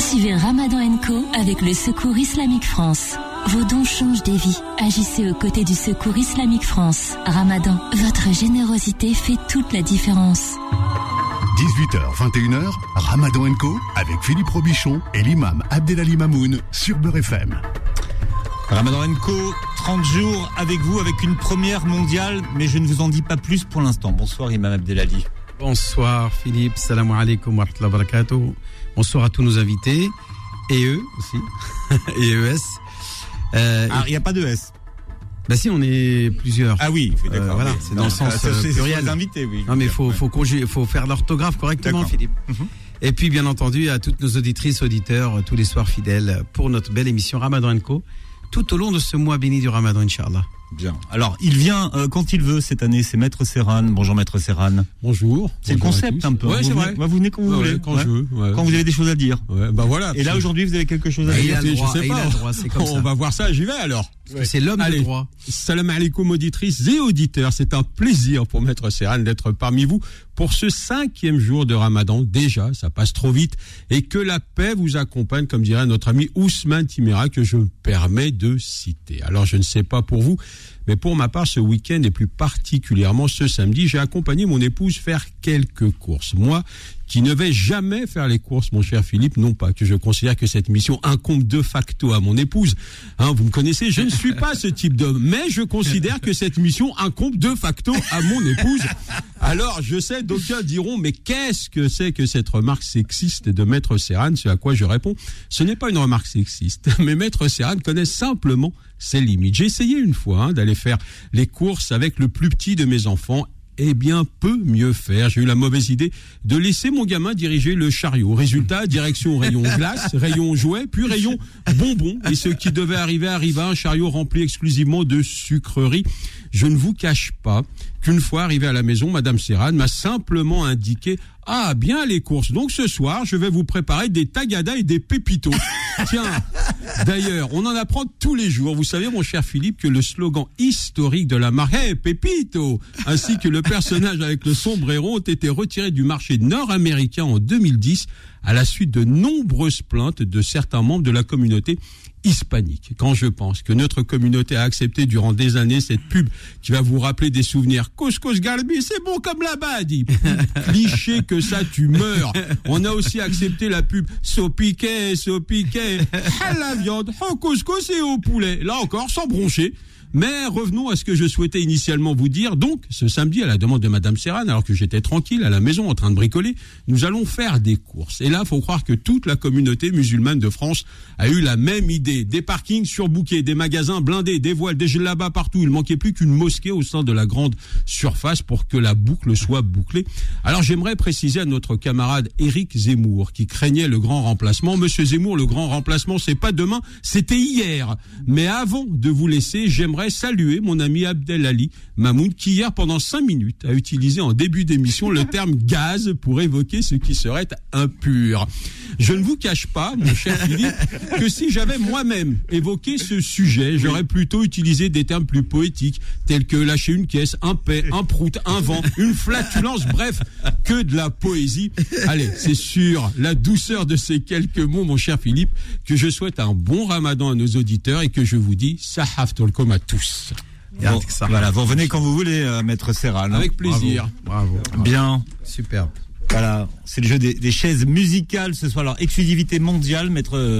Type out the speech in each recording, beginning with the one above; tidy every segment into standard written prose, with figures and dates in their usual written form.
Suivez Ramadan & Co avec le Secours Islamique France. Vos dons changent des vies. Agissez aux côtés du Secours Islamique France. Ramadan, votre générosité fait toute la différence. 18h, 21h, Ramadan & Co avec Philippe Robichon et l'imam Abdelali Mamoun sur Beurre FM. Ramadan & Co, 30 jours avec vous, avec une première mondiale, mais je ne vous en dis pas plus pour l'instant. Bonsoir Imam Abdelali. Bonsoir Philippe, salam alaikum wa rahmatullahi wa barakatuh. Bonsoir à tous nos invités, et eux aussi, et ES. Il n'y a pas de S. Bah si, on est plusieurs. Ah oui, d'accord. Voilà, c'est dans le sens pluriel. C'est invités, oui. Non mais faut faire l'orthographe correctement, d'accord. Philippe. Et puis bien entendu à toutes nos auditrices, auditeurs, tous les soirs fidèles pour notre belle émission Ramadan & Co, tout au long de ce mois béni du Ramadan, Inch'Allah. Bien. Alors, il vient quand il veut cette année, c'est Maître Serran. Bonjour Maître Serran. Bonjour. C'est le concept un peu. Ouais, c'est vrai. Vous venez quand vous voulez. Quand je veux. Ouais. Quand vous avez des choses à dire. Ouais, bah voilà. Et là, aujourd'hui, vous avez quelque chose à dire. Je sais pas. C'est comme ça. On va voir ça, j'y vais alors. Parce que c'est l'homme de droit. Salam alaikum auditrices et auditeurs. C'est un plaisir pour Maître Serran d'être parmi vous pour ce 5e jour de Ramadan. Déjà, ça passe trop vite. Et que la paix vous accompagne, comme dirait notre ami Ousmane Timéra, que je me permets de citer. Alors, je ne sais pas pour vous, mais pour ma part, ce week-end et plus particulièrement ce samedi, j'ai accompagné mon épouse faire quelques courses. Moi, qui ne vais jamais faire les courses, mon cher Philippe, non pas que je considère que cette mission incombe de facto à mon épouse. Vous me connaissez, je ne suis pas ce type d'homme, mais je considère que cette mission incombe de facto à mon épouse. Alors, je sais, d'aucuns diront, mais qu'est-ce que c'est que cette remarque sexiste de Maître Serran? Ce à quoi je réponds, ce n'est pas une remarque sexiste, mais Maître Serran connaît simplement ses limites. J'ai essayé une fois d'aller faire les courses avec le plus petit de mes enfants. Eh bien, peut mieux faire. J'ai eu la mauvaise idée de laisser mon gamin diriger le chariot. Résultat, direction rayon glace, rayon jouets, puis rayon bonbons. Et ce qui devait arriver arriva, un chariot rempli exclusivement de sucreries. Je ne vous cache pas qu'une fois arrivé à la maison, Madame Serran m'a simplement indiqué « Ah, bien les courses. Donc ce soir, je vais vous préparer des tagadas et des pépitos. » Tiens, d'ailleurs, on en apprend tous les jours. Vous savez, mon cher Philippe, que le slogan historique de la marque « Hey, Pépito !» ainsi que le personnage avec le sombrero ont été retirés du marché nord-américain en 2010 à la suite de nombreuses plaintes de certains membres de la communauté hispanique. Quand je pense que notre communauté a accepté durant des années cette pub qui va vous rappeler des souvenirs, couscous galbi, c'est bon comme là-bas, dit. Cliché que ça, tu meurs. On a aussi accepté la pub sopiquet, à la viande, au couscous et au poulet. Là encore, sans broncher. Mais revenons à ce que je souhaitais initialement vous dire. Donc, ce samedi, à la demande de Madame Serran, alors que j'étais tranquille à la maison en train de bricoler, nous allons faire des courses. Et là, faut croire que toute la communauté musulmane de France a eu la même idée. Des parkings surbookés, des magasins blindés, des voiles, des djellabas partout. Il manquait plus qu'une mosquée au sein de la grande surface pour que la boucle soit bouclée. Alors, j'aimerais préciser à notre camarade Éric Zemmour, qui craignait le grand remplacement. Monsieur Zemmour, le grand remplacement, c'est pas demain, c'était hier. Mais avant de vous laisser, j'aimerais saluer mon ami Abdelali Mamoun qui hier pendant 5 minutes a utilisé en début d'émission le terme gaz pour évoquer ce qui serait impur. Je ne vous cache pas, mon cher Philippe, que si j'avais moi-même évoqué ce sujet, j'aurais plutôt utilisé des termes plus poétiques tels que lâcher une caisse, un paix, un prout, un vent, une flatulence, bref, que de la poésie. Allez, c'est sur la douceur de ces quelques mots, mon cher Philippe, que je souhaite un bon Ramadan à nos auditeurs et que je vous dis Sahaf Tolkom à tous. Bon, voilà, vous revenez quand vous voulez, Maître Serran. Avec plaisir. Bravo. Bien. Superbe. Voilà, c'est le jeu des chaises musicales ce soir. Alors, exclusivité mondiale,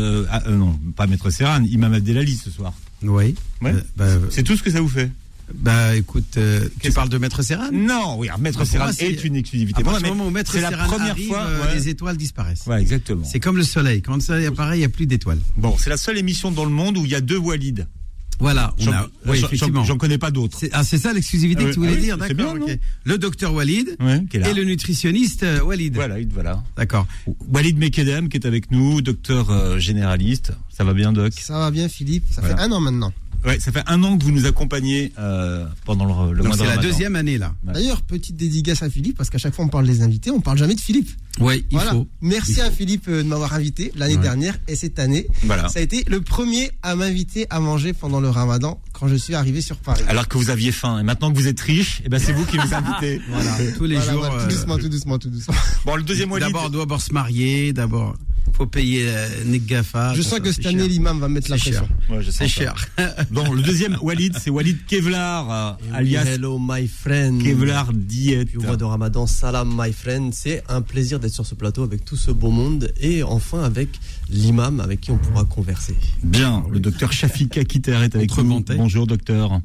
non, pas Maître Serran, Imam Abdelali ce soir. Oui. Ouais. C'est tout ce que ça vous fait? Bah écoute, tu parles de Maître Serran? Non, oui, alors Maître Serran est une exclusivité. À partir du moment où Maître Serran arrive, les étoiles disparaissent. Ouais, exactement. C'est comme le soleil. Quand le soleil apparaît, il n'y a plus d'étoiles. Bon, c'est la seule émission dans le monde où il y a 2 Walid. Voilà, effectivement. J'en connais pas d'autres. C'est ça l'exclusivité que tu voulais dire, d'accord. Bien, okay. Le docteur Walid et le nutritionniste Walid. Voilà. D'accord. Walid Mekedem qui est avec nous, docteur généraliste. Ça va bien, Doc? Ça va bien, Philippe. Ça fait 1 an maintenant. Ouais, ça fait 1 an que vous nous accompagnez pendant le mois de Ramadan. C'est la 2e année là. D'ailleurs, petite dédicace à Philippe parce qu'à chaque fois on parle des invités, on parle jamais de Philippe. Oui, il faut. Merci à Philippe de m'avoir invité l'année dernière et cette année. Voilà. Ça a été le premier à m'inviter à manger pendant le Ramadan quand je suis arrivé sur Paris. Alors que vous aviez faim et maintenant que vous êtes riche, c'est vous qui nous invitez. Tous les jours. Tout doucement. Bon, le deuxième Walid. D'abord, on doit se marier, d'abord. faut payer Negafa. Je sens que cette année, l'imam va mettre la pression. Ouais, c'est cher. Bon, le deuxième, Walid, c'est Walid Kevlar, alias Hello my friend. Kevlar Diet. Puis au mois de Ramadan, salam my friend. C'est un plaisir d'être sur ce plateau avec tout ce beau monde et enfin avec l'imam avec qui on pourra converser. Bien, le docteur Shafika Kiter est avec nous. Bonjour docteur.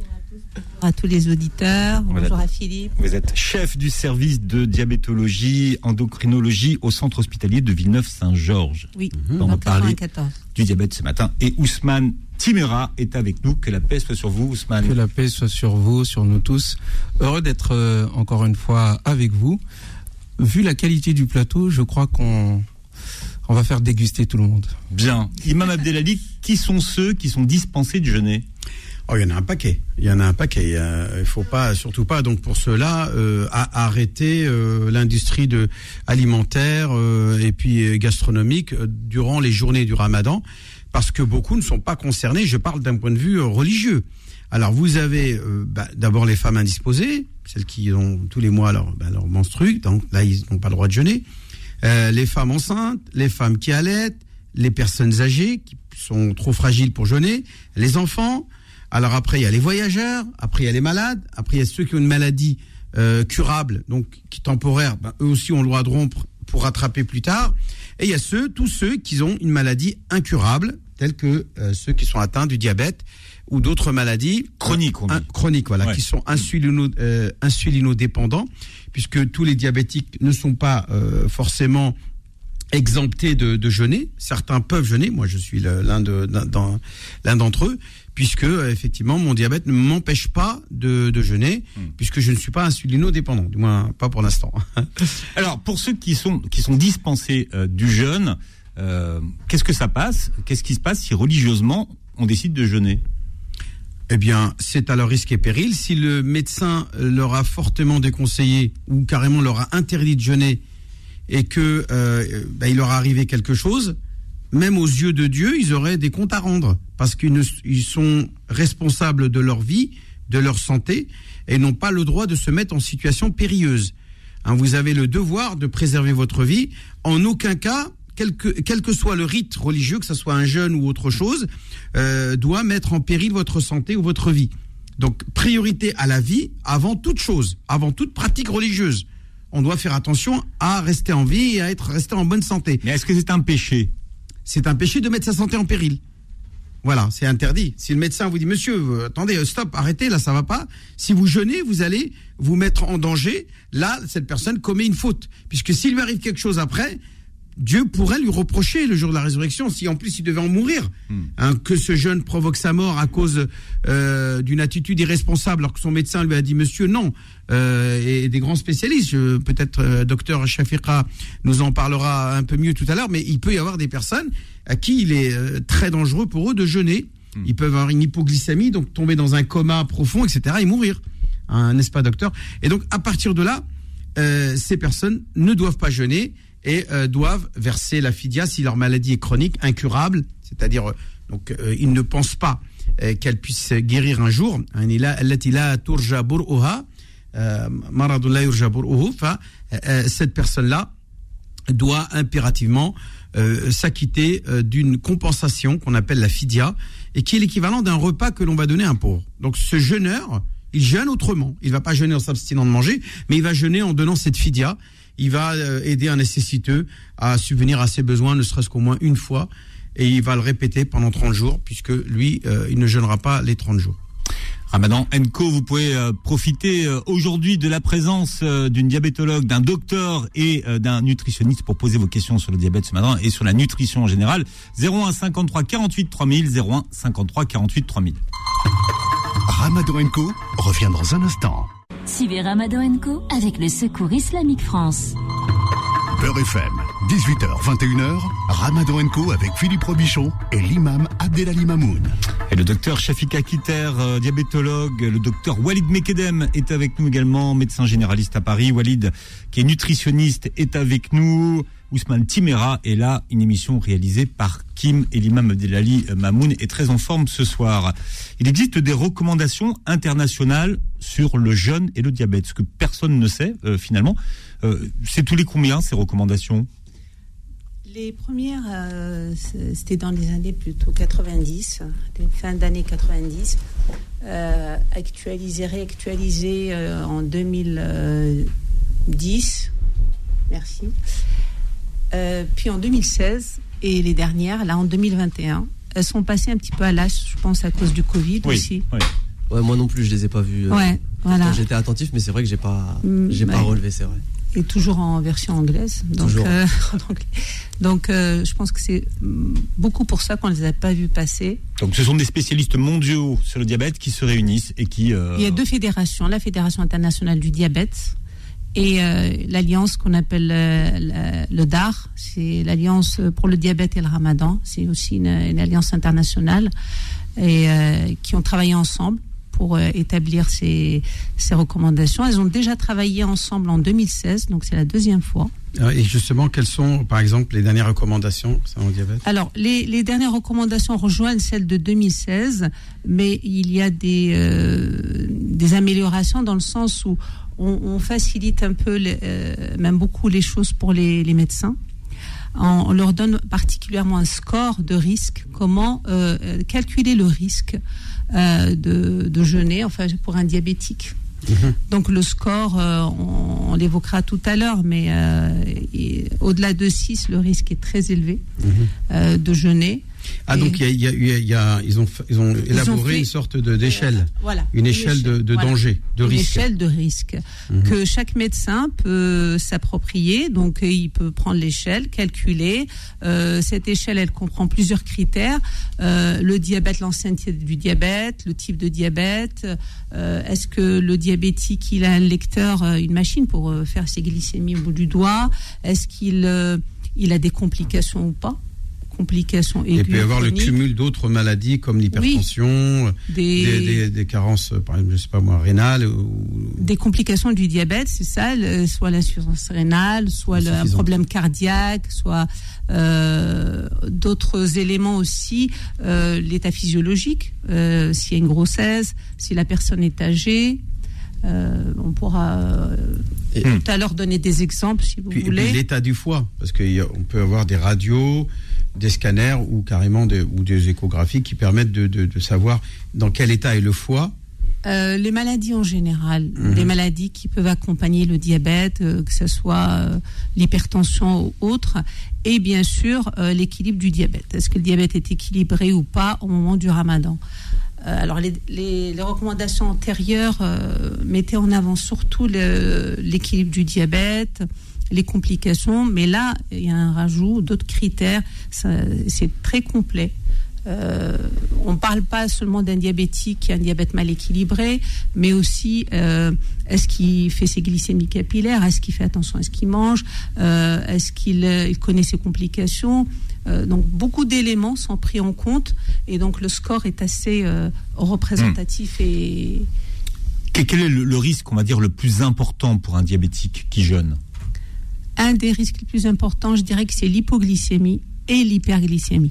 À tous les auditeurs, bonjour à Philippe. Vous êtes chef du service de diabétologie, endocrinologie au centre hospitalier de Villeneuve-Saint-Georges. Oui, on va parler du diabète ce matin. Et Ousmane Timera est avec nous. Que la paix soit sur vous, Ousmane. Que la paix soit sur vous, sur nous tous. Heureux d'être encore une fois avec vous. Vu la qualité du plateau, je crois qu'on va faire déguster tout le monde. Bien. Imam Abdelali, qui sont ceux qui sont dispensés de jeûner? Oh, il y en a un paquet. Il faut pas, surtout pas, donc pour cela, arrêter l'industrie alimentaire et puis gastronomique durant les journées du Ramadan, parce que beaucoup ne sont pas concernés. Je parle d'un point de vue religieux. Alors vous avez d'abord les femmes indisposées, celles qui ont tous les mois leur menstrue, donc là ils n'ont pas le droit de jeûner. Les femmes enceintes, les femmes qui allaitent, les personnes âgées qui sont trop fragiles pour jeûner, les enfants. Alors après, il y a les voyageurs, après il y a les malades, après il y a ceux qui ont une maladie curable, donc qui temporaire, eux aussi ont le droit de rompre pour rattraper plus tard. Et il y a tous ceux qui ont une maladie incurable, tels que ceux qui sont atteints du diabète ou d'autres maladies chroniques, voilà, qui sont insulinodépendants, puisque tous les diabétiques ne sont pas forcément exemptés de jeûner. Certains peuvent jeûner. Moi, je suis l'un d'entre eux, puisque effectivement mon diabète ne m'empêche pas de jeûner, puisque je ne suis pas insulinodépendant, du moins pas pour l'instant. Alors pour ceux qui sont dispensés du jeûne, qu'est-ce qui se passe si religieusement on décide de jeûner? Eh bien, c'est à leur risque et péril. Si le médecin leur a fortement déconseillé ou carrément leur a interdit de jeûner et que il leur est arrivé quelque chose, même aux yeux de Dieu, ils auraient des comptes à rendre, parce qu'ils sont responsables de leur vie, de leur santé, et n'ont pas le droit de se mettre en situation périlleuse. Vous avez le devoir de préserver votre vie. En aucun cas, quel que soit le rite religieux, que ce soit un jeûne ou autre chose, doit mettre en péril votre santé ou votre vie. Donc, priorité à la vie avant toute chose, avant toute pratique religieuse. On doit faire attention à rester en vie et à rester en bonne santé. Mais est-ce que c'est un péché? C'est un péché de mettre sa santé en péril. Voilà, c'est interdit. Si le médecin vous dit, monsieur, attendez, stop, arrêtez, là, ça va pas. Si vous jeûnez, vous allez vous mettre en danger. Là, cette personne commet une faute. Puisque s'il lui arrive quelque chose après, Dieu pourrait lui reprocher le jour de la résurrection, si en plus il devait en mourir, que ce jeûne provoque sa mort à cause d'une attitude irresponsable, alors que son médecin lui a dit, monsieur, non. Et des grands spécialistes, peut-être docteur Shafika nous en parlera un peu mieux tout à l'heure, mais il peut y avoir des personnes à qui il est très dangereux pour eux de jeûner. Ils peuvent avoir une hypoglycémie, donc tomber dans un coma profond, etc., et mourir. N'est-ce pas, docteur? Et donc, à partir de là, ces personnes ne doivent pas jeûner et doivent verser la fidya si leur maladie est chronique, incurable, c'est-à-dire ils ne pensent pas qu'elle puisse guérir un jour. Cette personne-là doit impérativement s'acquitter d'une compensation qu'on appelle la fidya, et qui est l'équivalent d'un repas que l'on va donner à un pauvre. Donc ce jeûneur, il jeûne autrement. Il ne va pas jeûner en s'abstinant de manger, mais il va jeûner en donnant cette fidya. Il va aider un nécessiteux à subvenir à ses besoins, ne serait-ce qu'au moins une fois, et il va le répéter pendant 30 jours, puisque lui, il ne jeûnera pas les 30 jours. Ramadan & Co, vous pouvez profiter aujourd'hui de la présence d'une diabétologue, d'un docteur et d'un nutritionniste pour poser vos questions sur le diabète ce matin et sur la nutrition en général. 01 53 48 3000, 01 53 48 3000. Ramadan & Co revient dans un instant. Suivez Ramadan & Co avec le Secours Islamique France. Beurre FM, 18h, 21h, Ramadan & Co avec Philippe Robichon et l'imam Abdelali Mamoun. Et le docteur Shafika Kiter, diabétologue, le docteur Walid Mekedem est avec nous également, médecin généraliste à Paris. Walid, qui est nutritionniste, est avec nous. Ousmane Timera est là, une émission réalisée par Kim et l'imam Abdelali Mamoun est très en forme ce soir. Il existe des recommandations internationales sur le jeûne et le diabète, ce que personne ne sait finalement. C'est tous les combien ces recommandations? Les premières, c'était dans les années plutôt 90, fin d'année 90, réactualisées en 2010, merci. Puis en 2016, et les dernières, là en 2021, elles sont passées un petit peu à l'âge, je pense, à cause du Covid aussi. Oui. Ouais, moi non plus, je les ai pas vues. Ouais, voilà. J'étais attentif, mais c'est vrai que j'ai pas relevé, c'est vrai. Et toujours en version anglaise. Donc, je pense que c'est beaucoup pour ça qu'on ne les a pas vus passer. Donc ce sont des spécialistes mondiaux sur le diabète qui se réunissent et qui... Il y a deux fédérations, la Fédération internationale du diabète et l'alliance qu'on appelle le DAR, c'est l'Alliance pour le diabète et le ramadan. C'est aussi une alliance internationale et qui ont travaillé ensemble pour établir ces recommandations. Elles ont déjà travaillé ensemble en 2016, donc c'est la deuxième fois. Et justement, quelles sont, par exemple, les dernières recommandations concernant le diabète ? Alors, les dernières recommandations rejoignent celles de 2016, mais il y a des améliorations dans le sens où on facilite un peu, même beaucoup les choses pour les médecins. On leur donne particulièrement un score de risque, comment calculer le risque de jeûner, enfin pour un diabétique. Donc le score, on l'évoquera tout à l'heure, mais au-delà de 6, le risque est très élevé de jeûner. Ah, donc ils ont élaboré une sorte d'échelle, une échelle de danger, de risque. Une échelle de risque que chaque médecin peut s'approprier. Donc il peut prendre l'échelle, calculer. Cette échelle, elle comprend plusieurs critères. Le diabète, l'ancienneté du diabète, le type de diabète. Est-ce que le diabétique, il a un lecteur, une machine pour faire ses glycémies au bout du doigt? Est-ce qu'il a des complications ou pas? Complications aiguës. Il peut y avoir le cumul d'autres maladies comme l'hypertension, des carences, par exemple, je sais pas moi, rénales. Des complications du diabète, c'est ça, soit l'insuffisance rénale, soit un problème cardiaque, soit d'autres éléments aussi, l'état physiologique, s'il y a une grossesse, si la personne est âgée. On pourra tout à l'heure donner des exemples si vous voulez. Et puis l'état du foie, parce qu'on peut avoir des radios, des scanners ou carrément des échographies qui permettent de savoir dans quel état est le foie. Les maladies en général, les maladies qui peuvent accompagner le diabète, que ce soit l'hypertension ou autre, et bien sûr l'équilibre du diabète. Est-ce que le diabète est équilibré ou pas au moment du ramadan? Alors les recommandations antérieures mettaient en avant surtout l'équilibre du diabète, les complications, mais là il y a un rajout d'autres critères, c'est très complet. On ne parle pas seulement d'un diabétique qui a un diabète mal équilibré, mais aussi est-ce qu'il fait ses glycémies capillaires, est-ce qu'il fait attention à ce qu'il mange, est-ce qu'il connaît ses complications. Donc beaucoup d'éléments sont pris en compte et donc le score est assez représentatif. Et quel est le risque, on va dire, le plus important pour un diabétique qui jeûne? Un des risques les plus importants, je dirais que c'est l'hypoglycémie et l'hyperglycémie.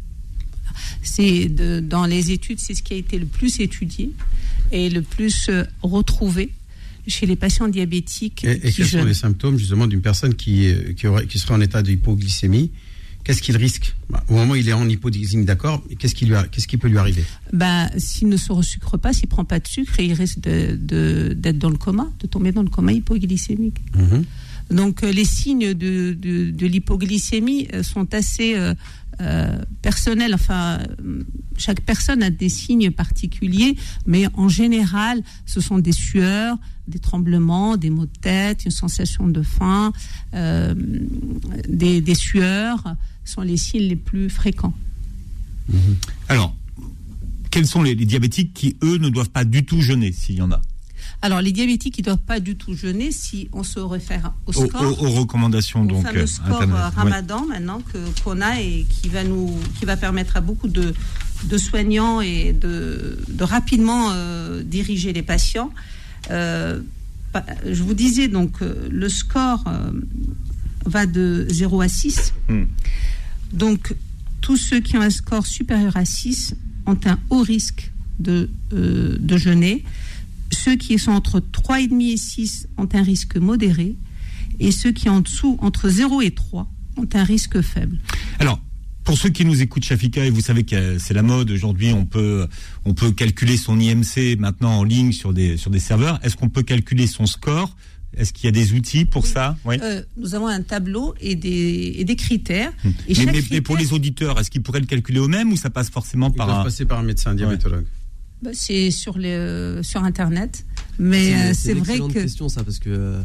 Dans les études, c'est ce qui a été le plus étudié et le plus retrouvé chez les patients diabétiques. Et quels sont les symptômes justement d'une personne qui serait en état d'hypoglycémie? Qu'est-ce qu'il risque? Au moment où il est en hypoglycémie, d'accord, qu'est-ce qui peut lui arriver? S'il ne se resucre pas, s'il ne prend pas de sucre, il risque d'être dans le coma, de tomber dans le coma hypoglycémique. Donc les signes de l'hypoglycémie sont assez personnels. Enfin, chaque personne a des signes particuliers, mais en général, ce sont des sueurs, des tremblements, des maux de tête, une sensation de faim, des sueurs sont les signes les plus fréquents. Alors, quels sont les diabétiques qui, eux, ne doivent pas du tout jeûner, s'il y en a? Alors, les diabétiques qui ne doivent pas du tout jeûner, si on se réfère au score, aux recommandations, donc fameux score Ramadan maintenant qu'on a et qui va permettre à beaucoup de soignants et de rapidement diriger les patients. Je vous disais donc le score va de 0 à 6. Donc tous ceux qui ont un score supérieur à 6 ont un haut risque de jeûner. Ceux qui sont entre 3,5 et 6 ont un risque modéré. Et ceux qui sont en dessous, entre 0 et 3, ont un risque faible. Alors, pour ceux qui nous écoutent, Shafika, et vous savez que c'est la mode aujourd'hui, on peut calculer son IMC maintenant en ligne sur des serveurs. Est-ce qu'on peut calculer son score ? Est-ce qu'il y a des outils pour ça ? Oui. Nous avons un tableau et des critères. Et mais pour les auditeurs, est-ce qu'ils pourraient le calculer eux-mêmes ou ça passe forcément Ils peuvent passer par un médecin diabétologue. C'est sur Internet. Mais c'est vrai que... C'est une question, ça, parce que...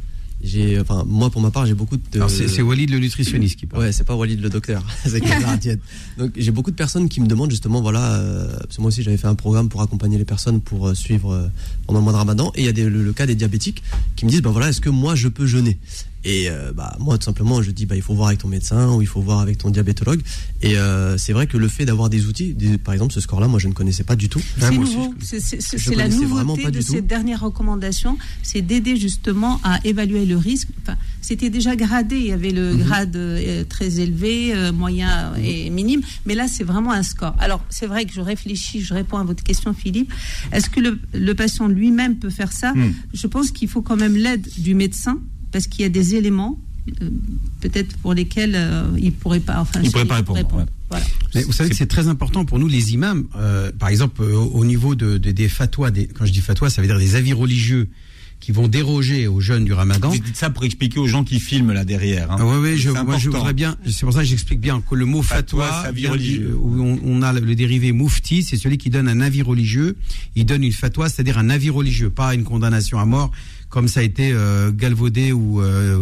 moi pour ma part j'ai beaucoup de... Alors c'est Walid le nutritionniste qui parle. Ouais, c'est pas Walid le docteur, c'est la diète. Donc j'ai beaucoup de personnes qui me demandent justement, parce que moi aussi j'avais fait un programme pour accompagner les personnes pour suivre pendant le mois de Ramadan, et il y a le cas des diabétiques qui me disent est-ce que moi je peux jeûner ? Et moi tout simplement je dis il faut voir avec ton médecin ou il faut voir avec ton diabétologue. Et c'est vrai que le fait d'avoir des outils, par exemple ce score là moi je ne connaissais pas du tout. C'est nouveau, c'est la nouveauté de cette dernière recommandation, c'est d'aider justement à évaluer le risque. C'était déjà gradé, il y avait le grade très élevé, moyen et minime, mais là c'est vraiment un score. Alors c'est vrai que je réponds à votre question Philippe, est-ce que le patient lui-même peut faire ça ? Je pense qu'il faut quand même l'aide du médecin, parce qu'il y a des éléments peut-être pour lesquels il ne pourrait pas répondre. Ouais. Voilà. Mais vous savez que c'est très important pour nous les imams, par exemple au niveau des fatwas, quand je dis fatwas ça veut dire des avis religieux qui vont déroger aux jeûnes du Ramadan. Vous dites ça pour expliquer aux gens qui filment là derrière. Oui, je voudrais bien. C'est pour ça que j'explique bien que le mot fatwa, avis religieux. Où on a le dérivé mufti, c'est celui qui donne un avis religieux. Il donne une fatwa, c'est-à-dire un avis religieux, pas une condamnation à mort comme ça a été galvaudé ou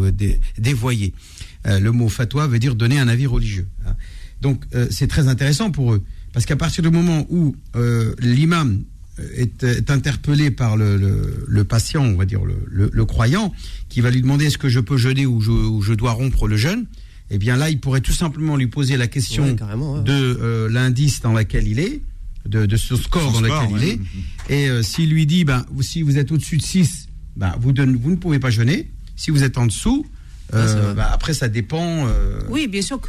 dévoyé. Le mot fatwa veut dire donner un avis religieux. Donc c'est très intéressant pour eux, parce qu'à partir du moment où l'imam est interpellé par le patient, on va dire le croyant, qui va lui demander est-ce que je peux jeûner ou je dois rompre le jeûne, eh bien là il pourrait tout simplement lui poser la question de l'indice dans laquelle il est, de ce score dans lequel il est, et s'il lui dit si vous êtes au-dessus de 6, vous ne pouvez pas jeûner. Si vous êtes en dessous, après ça dépend. Oui, bien sûr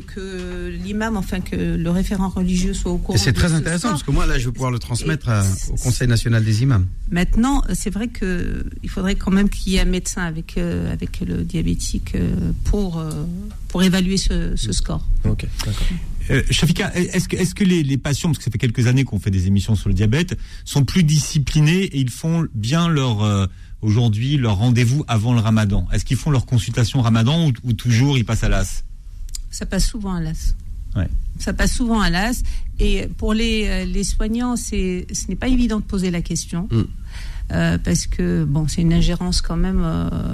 que l'imam, que le référent religieux soit au courant. Et c'est très intéressant parce que moi là je vais pouvoir le transmettre au Conseil national des imams. Maintenant, c'est vrai que il faudrait quand même qu'il y ait un médecin avec le diabétique pour évaluer ce score. Ok, d'accord. Shafika, est-ce que les patients, parce que ça fait quelques années qu'on fait des émissions sur le diabète, sont plus disciplinés et ils font bien aujourd'hui leur rendez-vous avant le Ramadan? Est-ce qu'ils font leur consultation Ramadan ou toujours ils passent à l'as? Ça passe souvent à l'as. Ouais. Ça passe souvent à l'as. Et pour les soignants, ce n'est pas évident de poser la question. Parce que c'est une ingérence quand même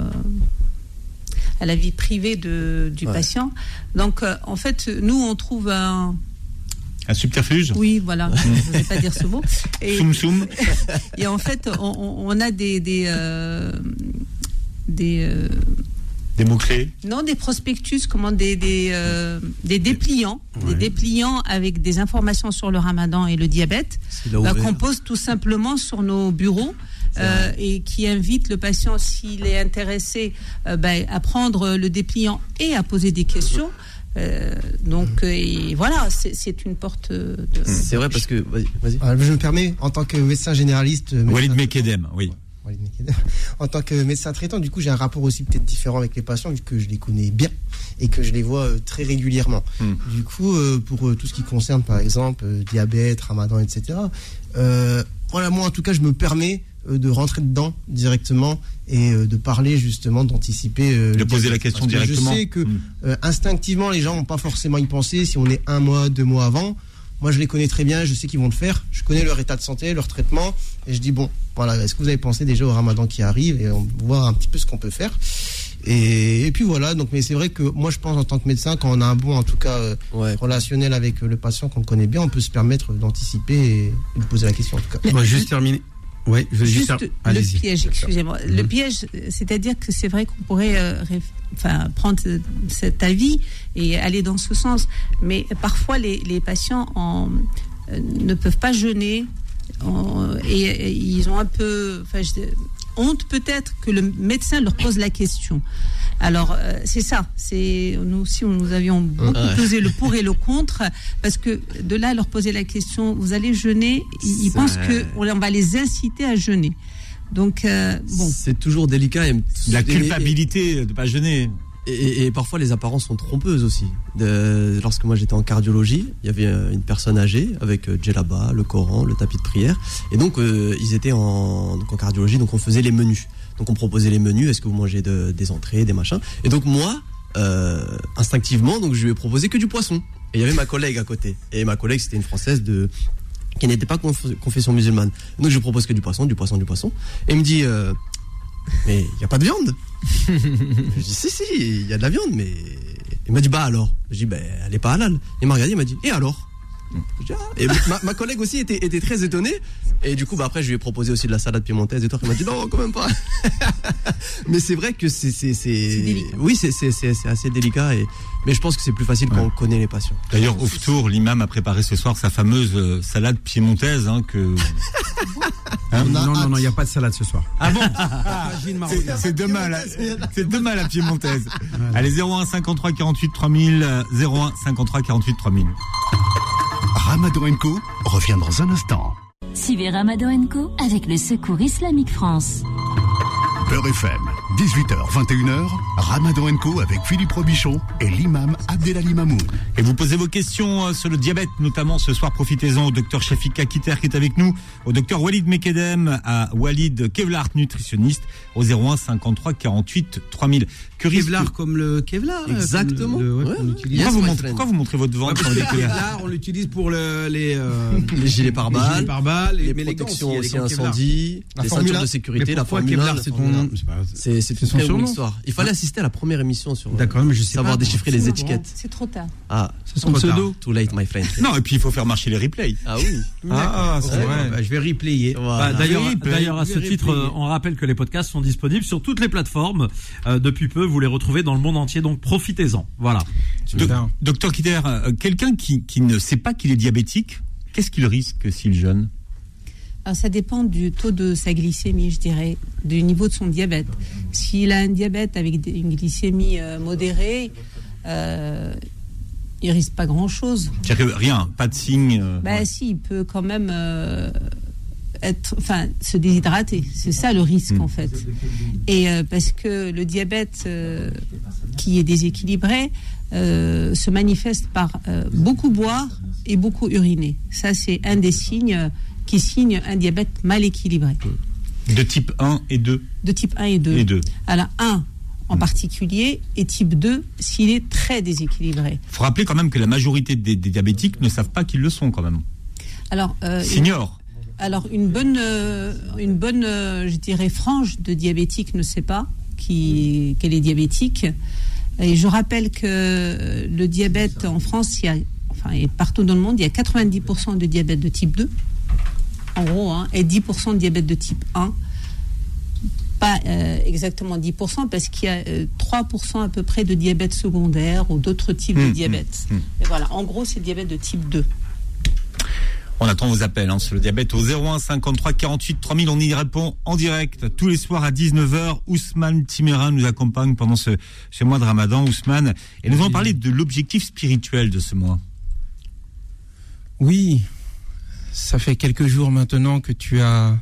à la vie privée du patient. Donc en fait, nous on trouve un subterfuge. Oui, voilà. Je ne vais pas dire ce mot. Soum. Et en fait, on a des mots-clés. Non, des prospectus, des dépliants, des dépliants avec des informations sur le Ramadan et le diabète, qu'on pose tout simplement sur nos bureaux. Et qui invite le patient, s'il est intéressé, à prendre le dépliant et à poser des questions. Et voilà, c'est une porte de... C'est vrai parce que... Vas-y. Je me permets, en tant que médecin généraliste... Walid Mekedem, oui. En tant que médecin traitant, du coup, j'ai un rapport aussi peut-être différent avec les patients, vu que je les connais bien et que je les vois très régulièrement. Du coup, pour tout ce qui concerne, par exemple, diabète, Ramadan, etc., moi, en tout cas, je me permets de rentrer dedans directement et de parler justement, d'anticiper. De poser la question directement. Je sais que instinctivement, les gens n'ont pas forcément y penser si on est 1 mois, 2 mois avant. Moi, je les connais très bien, je sais qu'ils vont le faire. Je connais leur état de santé, leur traitement. Et je dis, est-ce que vous avez pensé déjà au Ramadan qui arrive? Et on va voir un petit peu ce qu'on peut faire. Et puis voilà, mais c'est vrai que moi, je pense en tant que médecin, quand on a un bon, en tout cas, relationnel avec le patient qu'on connaît bien, on peut se permettre d'anticiper et de poser la question, en tout cas. On va juste terminer. Oui, je vais juste le piège, excusez-moi. Le piège, c'est-à-dire que c'est vrai qu'on pourrait prendre cet avis et aller dans ce sens, mais parfois les patients ne peuvent pas jeûner et ils ont un peu honte peut-être que le médecin leur pose la question. Alors, c'est ça. Nous aussi, nous avions beaucoup pesé le pour et le contre, parce que de là, leur poser la question, vous allez jeûner, ils pensent qu'on va les inciter à jeûner. Donc, C'est toujours délicat. La culpabilité de ne pas jeûner. Et parfois les apparences sont trompeuses aussi. Lorsque moi j'étais en cardiologie, il y avait une personne âgée avec djellaba, le Coran, le tapis de prière. Et donc ils étaient en cardiologie, donc on faisait les menus. Donc on proposait les menus, est-ce que vous mangez des entrées, des machins. Et donc moi, instinctivement, donc je lui ai proposé que du poisson. Et il y avait ma collègue à côté. Et ma collègue c'était une Française qui n'était pas confession musulmane. Donc je lui propose que du poisson. Et il me dit... mais il n'y a pas de viande. Je dis si, il y a de la viande, mais il m'a dit bah alors. Je dis elle est pas halal. Il m'a regardé, il m'a dit et alors. Je dis, et ma collègue aussi était très étonnée. Et du coup après je lui ai proposé aussi de la salade piémontaise et tout. Il m'a dit non quand même pas. Mais c'est vrai que c'est délicat. Oui c'est assez délicat mais je pense que c'est plus facile quand on connaît les patients. D'ailleurs, au Ftour, l'imam a préparé ce soir sa fameuse salade piémontaise que. Non, il n'y a pas de salade ce soir. Ah bon? C'est demain la piémontaise. Allez, 01 53 48 3000, 01 53 48 3000. Ramadan & Co revient dans un instant. Suivez Ramadan & Co avec le Secours Islamique France. Beurre FM, 18h, 21h, Ramadan & Co avec Philippe Robichon et l'imam Abdelali Mamoun. Et vous posez vos questions sur le diabète, notamment ce soir, profitez-en au docteur Shafik Akiter qui est avec nous, au docteur Walid Mekedem, à Walid Kevlar, nutritionniste, au 01 53 48 3000. Kevlar comme le Kevlar. Exactement. Pourquoi vous montrez votre ventre? Kevlar, on l'utilise pour les gilets pare-balles, les protections aussi incendie, les ceintures de sécurité, la Formule 1. Kevlar, c'est ton nom. C'est une très longue histoire. Il fallait assister à la première émission sur savoir déchiffrer les étiquettes. C'est trop tard. Ah, c'est son pseudo. Too late, my friend. Non, et puis il faut faire marcher les replays. Ah oui. C'est vrai. Je vais replayer. Voilà. D'ailleurs, à ce titre, on rappelle que les podcasts sont disponibles sur toutes les plateformes. Depuis peu, vous les retrouvez dans le monde entier, donc profitez-en. Voilà. Docteur Kiter, quelqu'un qui ne sait pas qu'il est diabétique, qu'est-ce qu'il risque s'il jeûne? Alors, ça dépend du taux de sa glycémie, je dirais, du niveau de son diabète. S'il a un diabète avec une glycémie modérée, il risque pas grand-chose. Rien, pas de signe. Si, il peut quand même se déshydrater. C'est ça le risque en fait. Et parce que le diabète qui est déséquilibré se manifeste par beaucoup boire et beaucoup uriner. Ça, c'est un des signes qui signe un diabète mal équilibré. De type 1 et 2. De type 1 et 2. Alors 1 en particulier et type 2 s'il est très déséquilibré. Il faut rappeler quand même que la majorité des diabétiques ne savent pas qu'ils le sont quand même. Alors s'ignorent. Alors une bonne je dirais frange de diabétiques ne sait pas qu'elle est diabétique. Et je rappelle que le diabète en France, et partout dans le monde, il y a 90% de diabète de type 2, en gros, et 10% de diabète de type 1. Pas exactement 10%, parce qu'il y a 3% à peu près de diabète secondaire ou d'autres types de diabète. Et voilà, en gros, c'est le diabète de type 2. On attend vos appels sur le diabète au 01 53 48 3000. On y répond en direct tous les soirs à 19h. Ousmane Timera nous accompagne pendant ce mois de Ramadan. Ousmane, et nous allons parler de l'objectif spirituel de ce mois. Oui, ça fait quelques jours maintenant que tu as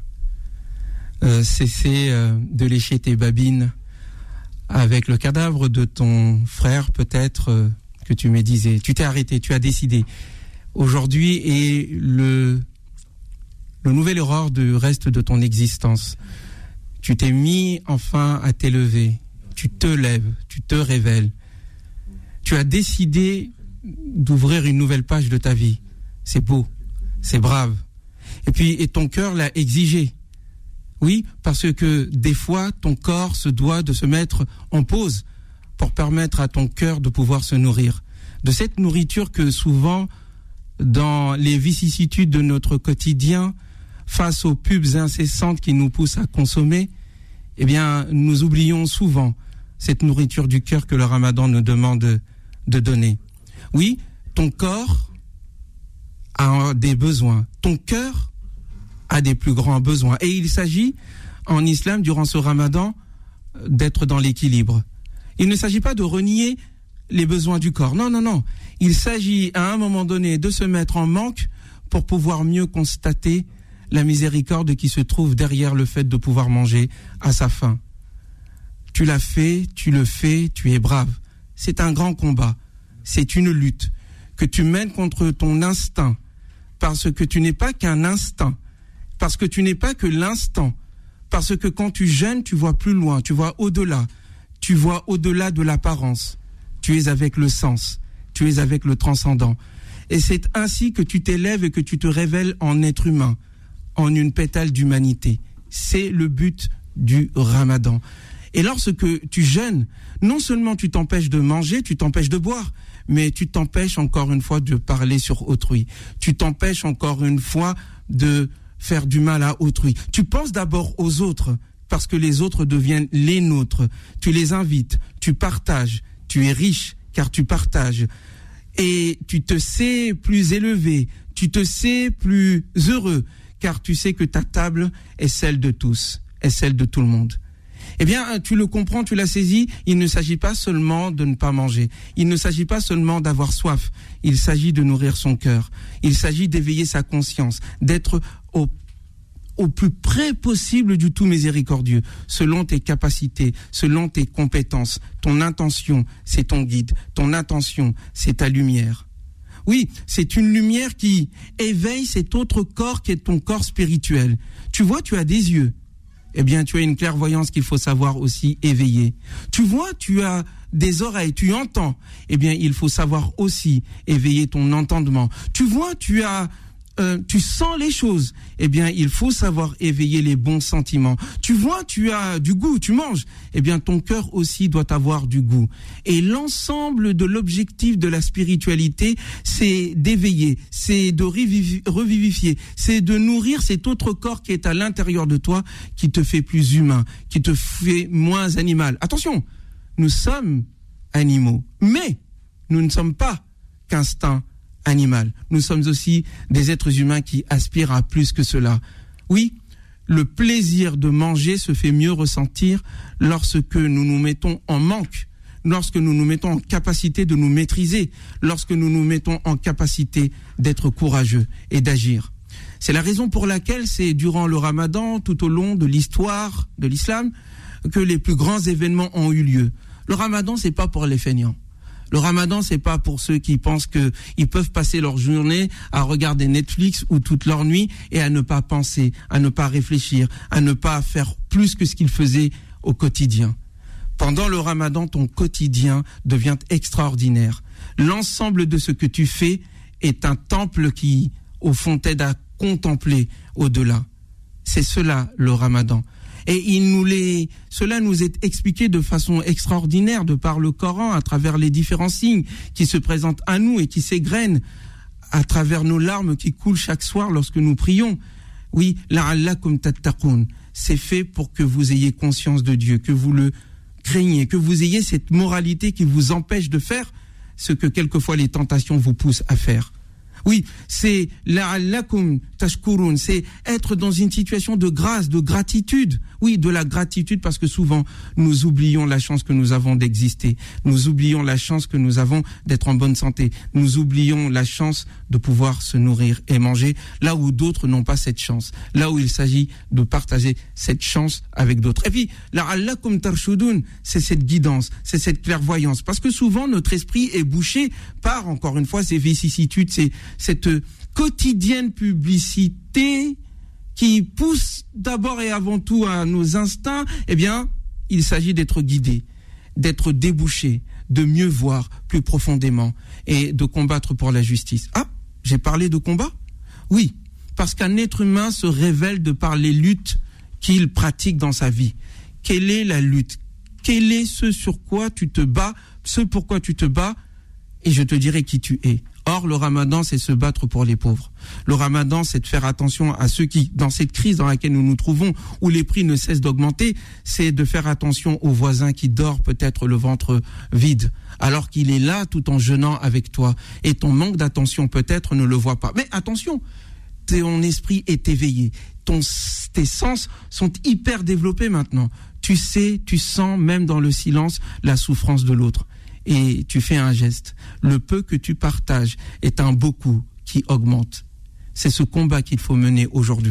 cessé de lécher tes babines avec le cadavre de ton frère, peut-être que tu médisais. Tu t'es arrêté, tu as décidé. Aujourd'hui est le nouvel aurore du reste de ton existence. Tu t'es mis enfin à t'élever. Tu te lèves, tu te révèles. Tu as décidé d'ouvrir une nouvelle page de ta vie. C'est beau, c'est brave. Et ton cœur l'a exigé. Oui, parce que des fois, ton corps se doit de se mettre en pause pour permettre à ton cœur de pouvoir se nourrir. De cette nourriture que souvent, dans les vicissitudes de notre quotidien, face aux pubs incessantes qui nous poussent à consommer, eh bien, nous oublions souvent cette nourriture du cœur que le Ramadan nous demande de donner. Oui, ton corps a des besoins. Ton cœur a des plus grands besoins. Et il s'agit, en islam, durant ce Ramadan, d'être dans l'équilibre. Il ne s'agit pas de renier les besoins du corps. Non, non, non. Il s'agit, à un moment donné, de se mettre en manque pour pouvoir mieux constater la miséricorde qui se trouve derrière le fait de pouvoir manger à sa faim. Tu l'as fait, tu le fais, tu es brave. C'est un grand combat. C'est une lutte que tu mènes contre ton instinct. Parce que tu n'es pas qu'un instinct. Parce que tu n'es pas que l'instant. Parce que quand tu jeûnes, tu vois plus loin, tu vois au-delà. Tu vois au-delà de l'apparence. Tu es avec le sens. Tu es avec le transcendant. Et c'est ainsi que tu t'élèves et que tu te révèles en être humain, en une pétale d'humanité. C'est le but du Ramadan. Et lorsque tu jeûnes, non seulement tu t'empêches de manger, tu t'empêches de boire, mais tu t'empêches encore une fois de parler sur autrui. Tu t'empêches encore une fois de faire du mal à autrui. Tu penses d'abord aux autres, parce que les autres deviennent les nôtres. Tu les invites, tu partages, tu es riche car tu partages. Et tu te sais plus élevé, tu te sais plus heureux, car tu sais que ta table est celle de tous, est celle de tout le monde. Eh bien, tu le comprends, tu l'as saisi, il ne s'agit pas seulement de ne pas manger, il ne s'agit pas seulement d'avoir soif, il s'agit de nourrir son cœur, il s'agit d'éveiller sa conscience, d'être au plus près possible du tout miséricordieux, selon tes capacités, selon tes compétences. Ton intention, c'est ton guide, ton intention, c'est ta lumière. Oui, c'est une lumière qui éveille cet autre corps qui est ton corps spirituel. Tu vois, tu as des yeux. Eh bien, tu as une clairvoyance qu'il faut savoir aussi éveiller. Tu vois, tu as des oreilles, tu entends. Eh bien, il faut savoir aussi éveiller ton entendement. Tu vois, tu sens les choses. Eh bien, il faut savoir éveiller les bons sentiments. Tu vois, tu as du goût, tu manges. Eh bien, ton cœur aussi doit avoir du goût. Et l'ensemble de l'objectif de la spiritualité, c'est d'éveiller, c'est de revivifier, c'est de nourrir cet autre corps qui est à l'intérieur de toi, qui te fait plus humain, qui te fait moins animal. Attention, nous sommes animaux, mais nous ne sommes pas qu'instincts animal. Nous sommes aussi des êtres humains qui aspirent à plus que cela. Oui, le plaisir de manger se fait mieux ressentir lorsque nous nous mettons en manque, lorsque nous nous mettons en capacité de nous maîtriser, lorsque nous nous mettons en capacité d'être courageux et d'agir. C'est la raison pour laquelle c'est durant le Ramadan, tout au long de l'histoire de l'islam, que les plus grands événements ont eu lieu. Le Ramadan, c'est pas pour les feignants. Le Ramadan, c'est pas pour ceux qui pensent qu'ils peuvent passer leur journée à regarder Netflix ou toute leur nuit et à ne pas penser, à ne pas réfléchir, à ne pas faire plus que ce qu'ils faisaient au quotidien. Pendant le Ramadan, ton quotidien devient extraordinaire. L'ensemble de ce que tu fais est un temple qui, au fond, t'aide à contempler au-delà. C'est cela, le Ramadan. Et cela nous est expliqué de façon extraordinaire de par le Coran, à travers les différents signes qui se présentent à nous et qui s'égrènent à travers nos larmes qui coulent chaque soir lorsque nous prions. Oui, la'allakum tattaqun, c'est fait pour que vous ayez conscience de Dieu, que vous le craigniez, que vous ayez cette moralité qui vous empêche de faire ce que quelquefois les tentations vous poussent à faire. Oui, c'est la'allakum tashkurun, c'est être dans une situation de grâce, de gratitude. Oui, de la gratitude, parce que souvent nous oublions la chance que nous avons d'exister. Nous oublions la chance que nous avons d'être en bonne santé. Nous oublions la chance de pouvoir se nourrir et manger là où d'autres n'ont pas cette chance. Là où il s'agit de partager cette chance avec d'autres. Et puis, la'allakum tarshudun, c'est cette guidance, c'est cette clairvoyance. Parce que souvent notre esprit est bouché par, encore une fois, ces vicissitudes, cette quotidienne publicité qui pousse d'abord et avant tout à nos instincts. Eh bien, il s'agit d'être guidé, d'être débouché, de mieux voir plus profondément et de combattre pour la justice. Ah, j'ai parlé de combat ? Oui, parce qu'un être humain se révèle de par les luttes qu'il pratique dans sa vie. Quelle est la lutte ? Quel est ce sur quoi tu te bats, ce pourquoi tu te bats ? Et je te dirai qui tu es. Or, le Ramadan, c'est se battre pour les pauvres. Le Ramadan, c'est de faire attention à ceux qui, dans cette crise dans laquelle nous nous trouvons, où les prix ne cessent d'augmenter, c'est de faire attention aux voisins qui dort peut-être le ventre vide, alors qu'il est là tout en jeûnant avec toi. Et ton manque d'attention peut-être ne le voit pas. Mais attention, ton esprit est éveillé. Tes sens sont hyper développés maintenant. Tu sais, tu sens même dans le silence la souffrance de l'autre. Et tu fais un geste. Le peu que tu partages est un beaucoup qui augmente. C'est ce combat qu'il faut mener aujourd'hui.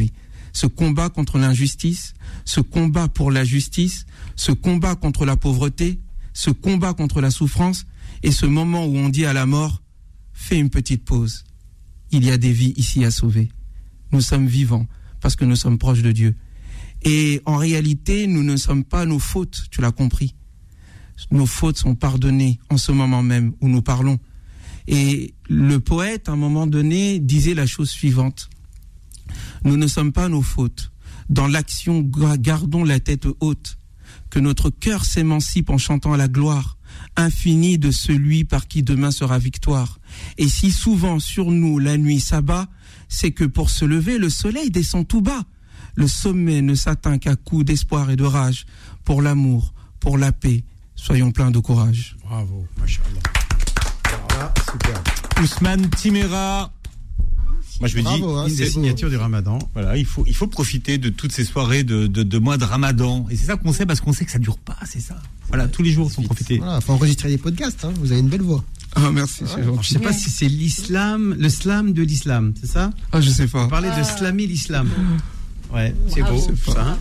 ce combat contre l'injustice, ce combat pour la justice, ce combat contre la pauvreté, ce combat contre la souffrance, et ce moment où on dit à la mort, fais une petite pause. Il y a des vies ici à sauver. Nous sommes vivants parce que nous sommes proches de Dieu. Et en réalité, nous ne sommes pas nos fautes, tu l'as compris. Nos fautes sont pardonnées en ce moment même où nous parlons. Et le poète, à un moment donné, disait la chose suivante. Nous ne sommes pas nos fautes. Dans l'action, gardons la tête haute. Que notre cœur s'émancipe en chantant la gloire infinie de celui par qui demain sera victoire. Et si souvent sur nous la nuit s'abat, c'est que pour se lever, le soleil descend tout bas. Le sommet ne s'atteint qu'à coups d'espoir et de rage. Pour l'amour, pour la paix, soyons pleins de courage. Bravo, machallah. Voilà, super. Ousmane Timéra. Moi, je me dis, une des signatures du Ramadan. Voilà, il faut profiter de toutes ces soirées de mois de Ramadan. Et c'est ça qu'on sait, parce qu'on sait que ça dure pas, c'est ça. Voilà, tous les jours, faut profiter. Voilà, faut enregistrer des podcasts, hein. Vous avez une belle voix. Ah, merci. Ouais. Je sais pas si c'est l'islam, le slam de l'islam, c'est ça? Ah, je sais pas. Vous parlez de slammer l'islam. Ouais, c'est beau, ça.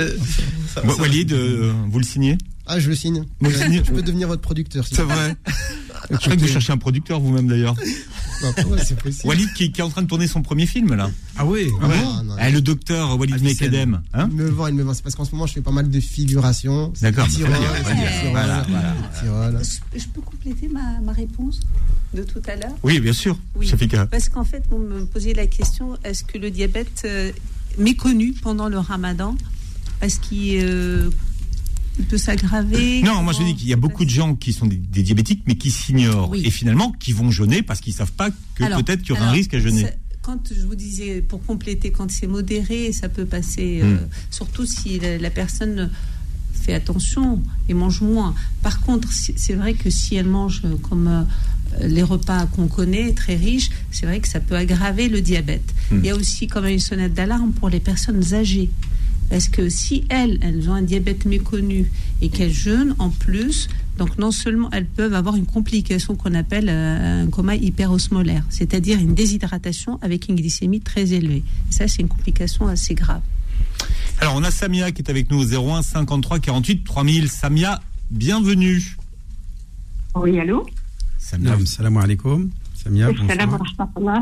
Walid, vous le signez? Ah, je le signe. Je peux devenir votre producteur. C'est vrai. Je crois que vous cherchez un producteur vous-même d'ailleurs. Ouais, c'est possible. Walid qui est en train de tourner son premier film là. Ah oui. Ouais. Le docteur Walid Mekedem. Hein, il me vend. C'est parce qu'en ce moment je fais pas mal de figurations. D'accord. Voilà. Je peux compléter ma réponse de tout à l'heure? Oui, bien sûr. Oui. Shafika. Parce qu'en fait, vous me posiez la question, est-ce que le diabète méconnu pendant le Ramadan, est-ce qu'il peut s'aggraver? Non, moi je dis qu'il y a beaucoup de gens qui sont des diabétiques mais qui s'ignorent et finalement qui vont jeûner parce qu'ils savent pas que peut-être qu'il y aura un risque à jeûner. Quand je vous disais, pour compléter, quand c'est modéré, ça peut passer, surtout si la personne fait attention et mange moins. Par contre, c'est vrai que si elle mange comme les repas qu'on connaît, très riches, c'est vrai que ça peut aggraver le diabète. Il y a aussi comme une sonnette d'alarme pour les personnes âgées. Parce que si elles ont un diabète méconnu et qu'elles jeûnent en plus, donc non seulement elles peuvent avoir une complication qu'on appelle un coma hyperosmolaire, c'est-à-dire une déshydratation avec une glycémie très élevée. Et ça, c'est une complication assez grave. Alors, on a Samia qui est avec nous au 01 53 48 3000. Samia, bienvenue. Oui, allô? Samia, salam alaikum. Samia, bonsoir.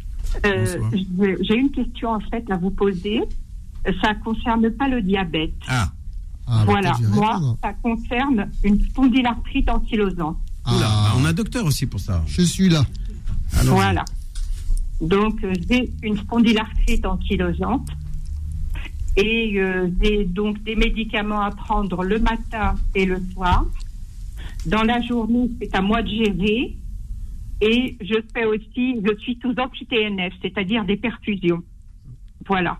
J'ai une question en fait à vous poser. Ça ne concerne pas le diabète. Voilà, moi, ça concerne une spondylarthrite ankylosante. On a un docteur aussi pour ça. Je suis là. Alors, voilà. Donc, j'ai une spondylarthrite ankylosante et j'ai donc des médicaments à prendre le matin et le soir. Dans la journée, c'est à moi de gérer et je suis sous anti-TNF, c'est-à-dire des perfusions. Voilà.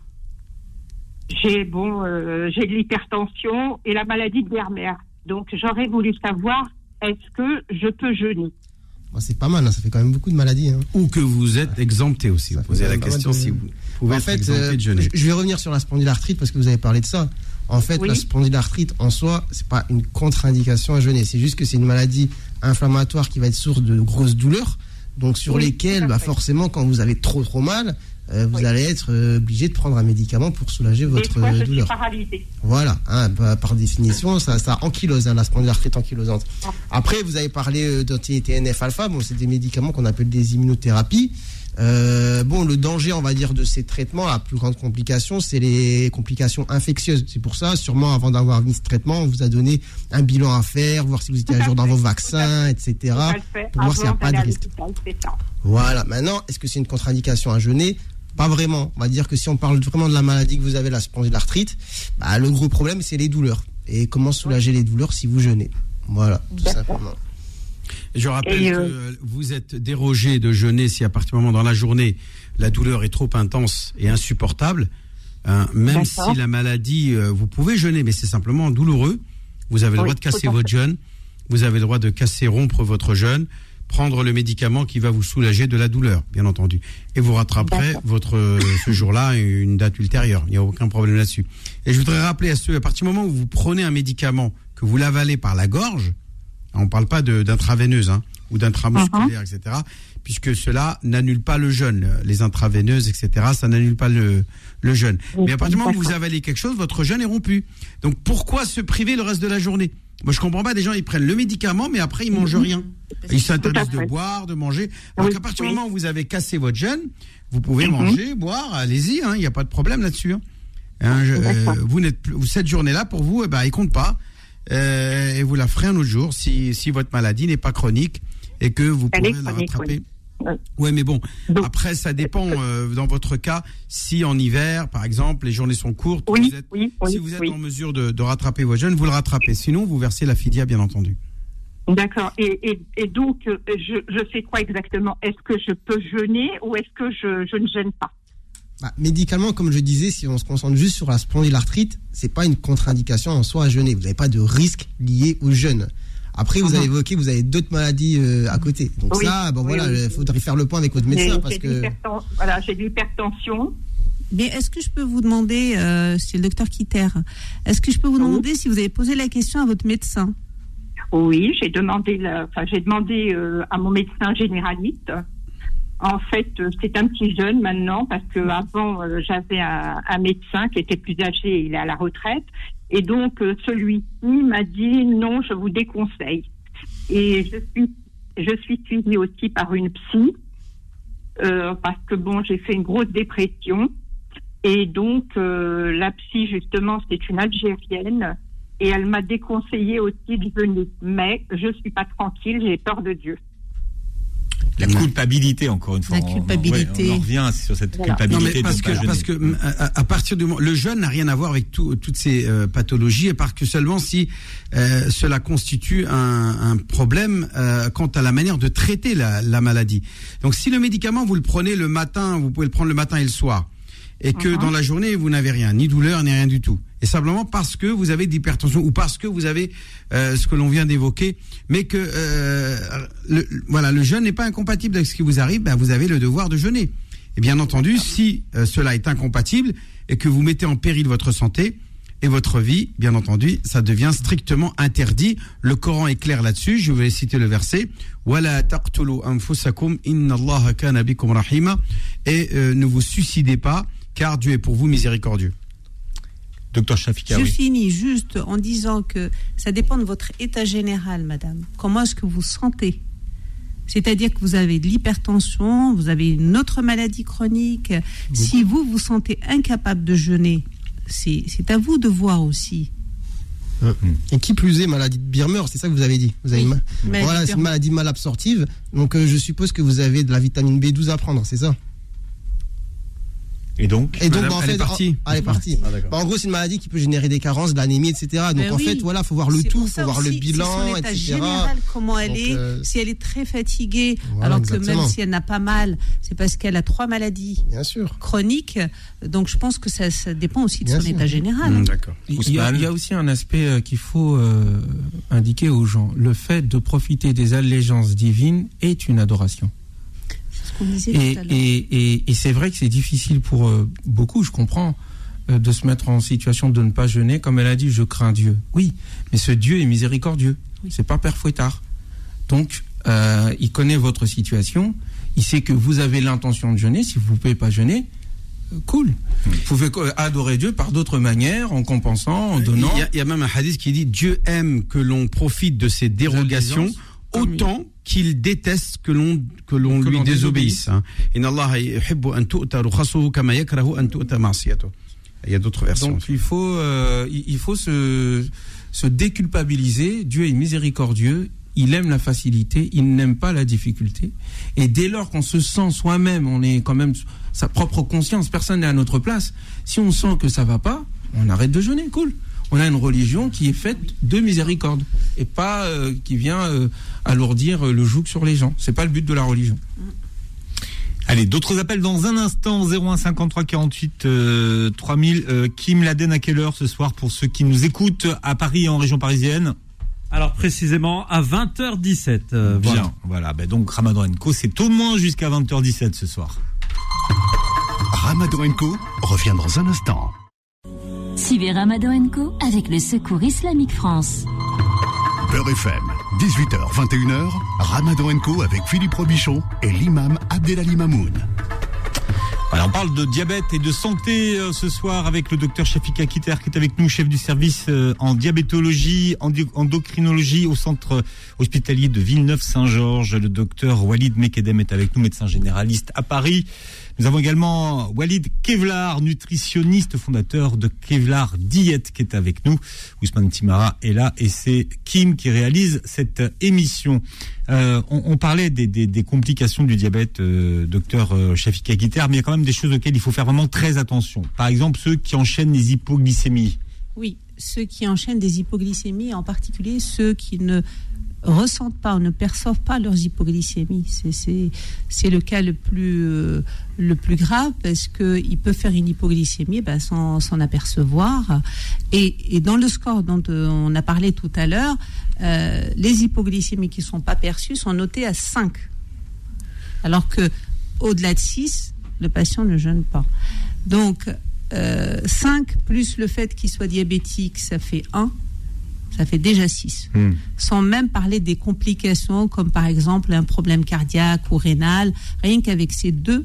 J'ai de l'hypertension et la maladie de Germer. Donc, j'aurais voulu savoir, est-ce que je peux jeûner? C'est pas mal, hein, ça fait quand même beaucoup de maladies. Hein. Ou que vous êtes exempté aussi. Vous posez la question si vous pouvez être exempté de jeûner. Je vais revenir sur la spondylarthrite parce que vous avez parlé de ça. En fait, la spondylarthrite en soi, c'est pas une contre-indication à jeûner. C'est juste que c'est une maladie inflammatoire qui va être source de grosses douleurs. Donc, sur lesquelles, forcément, quand vous avez trop mal, vous allez être obligé de prendre un médicament pour soulager votre douleur. Je suis paralysée. Voilà, par définition, ça ankylose, la spondylarthrite ankylosante. Après, vous avez parlé d'anti-TNF alpha, c'est des médicaments qu'on appelle des immunothérapies. Le danger, on va dire, de ces traitements, la plus grande complication, c'est les complications infectieuses. C'est pour ça, sûrement, avant d'avoir mis ce traitement, on vous a donné un bilan à faire, voir si vous étiez à jour dans vos vaccins, etc. Pour voir s'il n'y a pas de risque. Voilà. Maintenant, est-ce que c'est une contre-indication à jeûner? Pas vraiment. On va dire que si on parle vraiment de la maladie que vous avez, la spondylarthrite, le gros problème, c'est les douleurs. Et comment soulager les douleurs si vous jeûnez? Voilà, tout simplement. Je rappelle que vous êtes dérogé de jeûner si à partir du moment dans la journée, la douleur est trop intense et insupportable. Même si la maladie, vous pouvez jeûner, mais c'est simplement douloureux. Vous avez le droit de casser votre jeûne. Vous avez le droit de rompre votre jeûne. Prendre le médicament qui va vous soulager de la douleur, bien entendu. Et vous rattraperez ce jour-là une date ultérieure. Il n'y a aucun problème là-dessus. Et je voudrais rappeler à partir du moment où vous prenez un médicament, que vous l'avalez par la gorge, on ne parle pas d'intraveineuse ou d'intramusculaire, etc. puisque cela n'annule pas le jeûne. Les intraveineuses, etc., ça n'annule pas le jeûne. Mais à partir du moment où vous avalez quelque chose, votre jeûne est rompu. Donc pourquoi se priver le reste de la journée? Moi, je comprends pas, des gens, ils prennent le médicament, mais après, ils mangent rien. Ils s'interdisent de boire, de manger. Alors qu'à partir du moment où vous avez cassé votre jeûne, vous pouvez manger, boire, allez-y, il n'y a pas de problème là-dessus. Cette journée-là, pour vous, elle compte pas. Et vous la ferez un autre jour, si votre maladie n'est pas chronique et que vous pourrez la rattraper. Ouais, mais bon, après, ça dépend, dans votre cas, si en hiver, par exemple, les journées sont courtes, si vous êtes en mesure de rattraper vos jeûnes, vous le rattrapez. Sinon, vous versez la fidia, bien entendu. D'accord. Et donc, je fais quoi exactement? Est-ce que je peux jeûner ou est-ce que je ne jeûne pas? Médicalement, comme je disais, si on se concentre juste sur la spondylarthrite, c'est pas une contre-indication en soi à jeûner. Vous n'avez pas de risque lié au jeûne. Après, vous avez évoqué, vous avez d'autres maladies à côté. Donc il faudrait faire le point avec votre médecin parce que j'ai de l'hypertension. Mais est-ce que je peux vous demander, c'est le docteur Kitter, est-ce que je peux vous demander si vous avez posé la question à votre médecin? Oui, j'ai demandé à mon médecin généraliste. En fait, c'est un petit jeune maintenant parce que avant j'avais un médecin qui était plus âgé, il est à la retraite, et donc celui-ci m'a dit non, je vous déconseille. Et je suis suivie aussi par une psy parce que j'ai fait une grosse dépression, et donc la psy justement c'est une Algérienne et elle m'a déconseillé aussi de venir. Mais je suis pas tranquille, j'ai peur de Dieu. La culpabilité, encore une fois. La culpabilité. On en revient sur cette culpabilité. Non, mais parce que à partir du moment, le jeûne n'a rien à voir avec toutes ces pathologies, et parce que seulement si cela constitue un problème quant à la manière de traiter la maladie. Donc, si le médicament vous le prenez le matin, vous pouvez le prendre le matin et le soir, et que dans la journée vous n'avez rien, ni douleur, ni rien du tout, et simplement parce que vous avez de l'hypertension ou parce que vous avez ce que l'on vient d'évoquer, mais que le jeûne n'est pas incompatible avec ce qui vous arrive, vous avez le devoir de jeûner. Et bien entendu, si cela est incompatible et que vous mettez en péril votre santé et votre vie, bien entendu, ça devient strictement interdit. Le Coran est clair là-dessus. Je vais citer le verset Wala taqtulu anfusakum innallaha kana bikum rahima, et ne vous suicidez pas, car Dieu est pour vous miséricordieux. Docteur Shafika, je finis juste en disant que ça dépend de votre état général, madame. Comment est-ce que vous sentez? C'est-à-dire que vous avez de l'hypertension, vous avez une autre maladie chronique. Si vous vous sentez incapable de jeûner, c'est à vous de voir aussi. Et qui plus est, maladie de Birmer, c'est ça que vous avez dit. Vous avez c'est une maladie mal absorptive. Donc je suppose que vous avez de la vitamine B12 à prendre, c'est ça? Et donc, elle est partie. Elle est partie. En gros, c'est une maladie qui peut générer des carences, de l'anémie, etc. Donc faut voir le tout, faut voir le bilan, c'est son état etc. général, comment elle est. Si elle est très fatiguée, alors que même si elle n'a pas mal, c'est parce qu'elle a 3 maladies chroniques. Donc je pense que ça dépend aussi de son état général. D'accord. Il y a aussi un aspect qu'il faut indiquer aux gens. Le fait de profiter des allégeances divines est une adoration. Et c'est vrai que c'est difficile pour beaucoup, je comprends, de se mettre en situation de ne pas jeûner. Comme elle a dit, je crains Dieu. Oui, mais ce Dieu est miséricordieux. C'est pas Père Fouettard. Donc, il connaît votre situation. Il sait que vous avez l'intention de jeûner. Si vous ne pouvez pas jeûner, cool. Vous pouvez adorer Dieu par d'autres manières, en compensant, en donnant. Il y a même un hadith qui dit Dieu aime que l'on profite de ses dérogations autant qu'il déteste que l'on lui désobéisse. Il y a d'autres versions. Donc il faut se déculpabiliser. Dieu est miséricordieux. Il aime la facilité. Il n'aime pas la difficulté. Et dès lors qu'on se sent soi-même, on est quand même sa propre conscience. Personne n'est à notre place. Si on sent que ça va pas, on arrête de jeûner. Cool. On a une religion qui est faite de miséricorde et pas qui vient alourdir le joug sur les gens. C'est pas le but de la religion. Allez, d'autres appels dans un instant. 01 53 48 3000. Kim Laden, à quelle heure ce soir pour ceux qui nous écoutent à Paris et en région parisienne? Alors précisément à 20h17. Voilà. Donc Ramadan & Co, c'est au moins jusqu'à 20h17 ce soir. Ramadan & Co revient dans un instant. Suivez Ramadan & Co avec le Secours Islamique France. Beurre FM, 18h, 21h, Ramadan & Co avec Philippe Robichon et l'imam Abdelali Mamoun. Voilà, on parle de diabète et de santé ce soir avec le docteur Shafika Kiter qui est avec nous, chef du service en diabétologie, endocrinologie au centre hospitalier de Villeneuve-Saint-Georges. Le docteur Walid Mekedem est avec nous, médecin généraliste à Paris. Nous avons également Walid Kevlar, nutritionniste, fondateur de Kevlar Diète, qui est avec nous. Ousmane Timara est là et c'est Kim qui réalise cette émission. On parlait des complications du diabète, docteur Shafika Kiter, mais il y a quand même des choses auxquelles il faut faire vraiment très attention. Par exemple, ceux qui enchaînent les hypoglycémies. Oui, ceux qui enchaînent des hypoglycémies, en particulier ceux qui ne ressentent pas ou ne perçoivent pas leurs hypoglycémies. C'est le cas le plus grave parce qu'ils peuvent faire une hypoglycémie sans s'en apercevoir. Et dans le score dont on a parlé tout à l'heure, les hypoglycémies qui ne sont pas perçues sont notées à 5. Alors qu'au-delà de 6, le patient ne jeûne pas. Donc, 5 plus le fait qu'il soit diabétique, ça fait 1. Ça fait déjà 6. Sans même parler des complications, comme par exemple un problème cardiaque ou rénal. Rien qu'avec ces deux,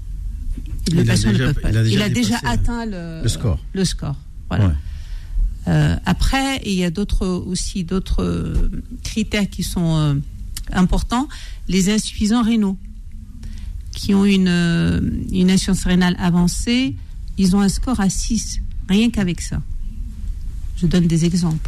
le patient ne peut pas. Il a déjà atteint le score. Le score. Voilà. Ouais. Après, il y a d'autres critères qui sont importants. Les insuffisants rénaux, qui ont une insuffisance rénale avancée, ils ont un score à 6. Rien qu'avec ça. Je donne des exemples.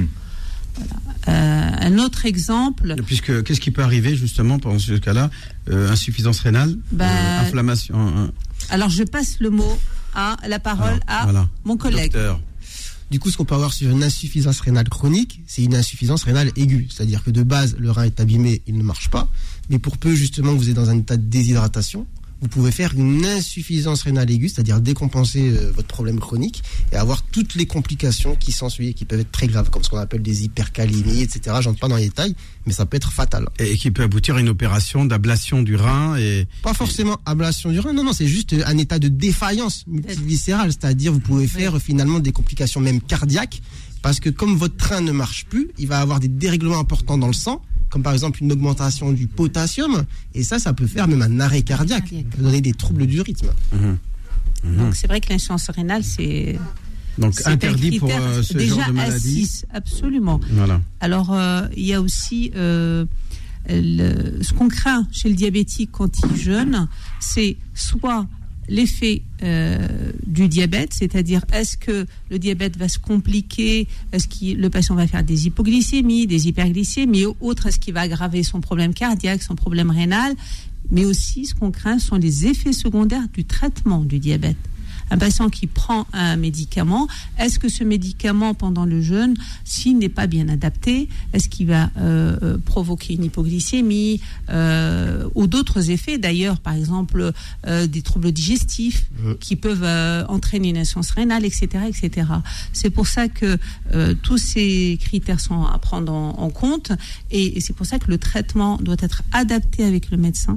Voilà. Un autre exemple. Puisque qu'est-ce qui peut arriver justement pendant ce cas-là, insuffisance rénale, inflammation. Alors je passe la parole à mon collègue. Docteur. Du coup, ce qu'on peut avoir sur une insuffisance rénale chronique, c'est une insuffisance rénale aiguë. C'est-à-dire que de base, le rein est abîmé, il ne marche pas. Mais pour peu justement que vous êtes dans un état de déshydratation, vous pouvez faire une insuffisance rénale aiguë, c'est-à-dire décompenser votre problème chronique et avoir toutes les complications qui s'ensuivent et qui peuvent être très graves, comme ce qu'on appelle des hypercalémies, etc. J'entre pas dans les détails, mais ça peut être fatal. Et qui peut aboutir à une opération d'ablation du rein et... Pas forcément ablation du rein, non, c'est juste un état de défaillance multiviscérale, c'est-à-dire vous pouvez faire finalement des complications même cardiaques, parce que comme votre rein ne marche plus, il va avoir des dérèglements importants dans le sang, comme par exemple une augmentation du potassium, et ça peut faire même un arrêt cardiaque, ça peut donner des troubles du rythme. Donc c'est vrai que l'insuffisance rénale, c'est interdit pour ce genre de maladie. Déjà à 6, absolument. Voilà. Alors il y a aussi ce qu'on craint chez le diabétique quand il jeûne, c'est soit l'effet du diabète, c'est-à-dire est-ce que le diabète va se compliquer, est-ce que le patient va faire des hypoglycémies, des hyperglycémies ou autre, est-ce qu'il va aggraver son problème cardiaque, son problème rénal, mais aussi ce qu'on craint sont les effets secondaires du traitement du diabète. Un patient qui prend un médicament, est-ce que ce médicament pendant le jeûne, s'il n'est pas bien adapté, est-ce qu'il va provoquer une hypoglycémie ou d'autres effets d'ailleurs, par exemple des troubles digestifs qui peuvent entraîner une insuffisance rénale, etc., etc. C'est pour ça que tous ces critères sont à prendre en compte et c'est pour ça que le traitement doit être adapté avec le médecin.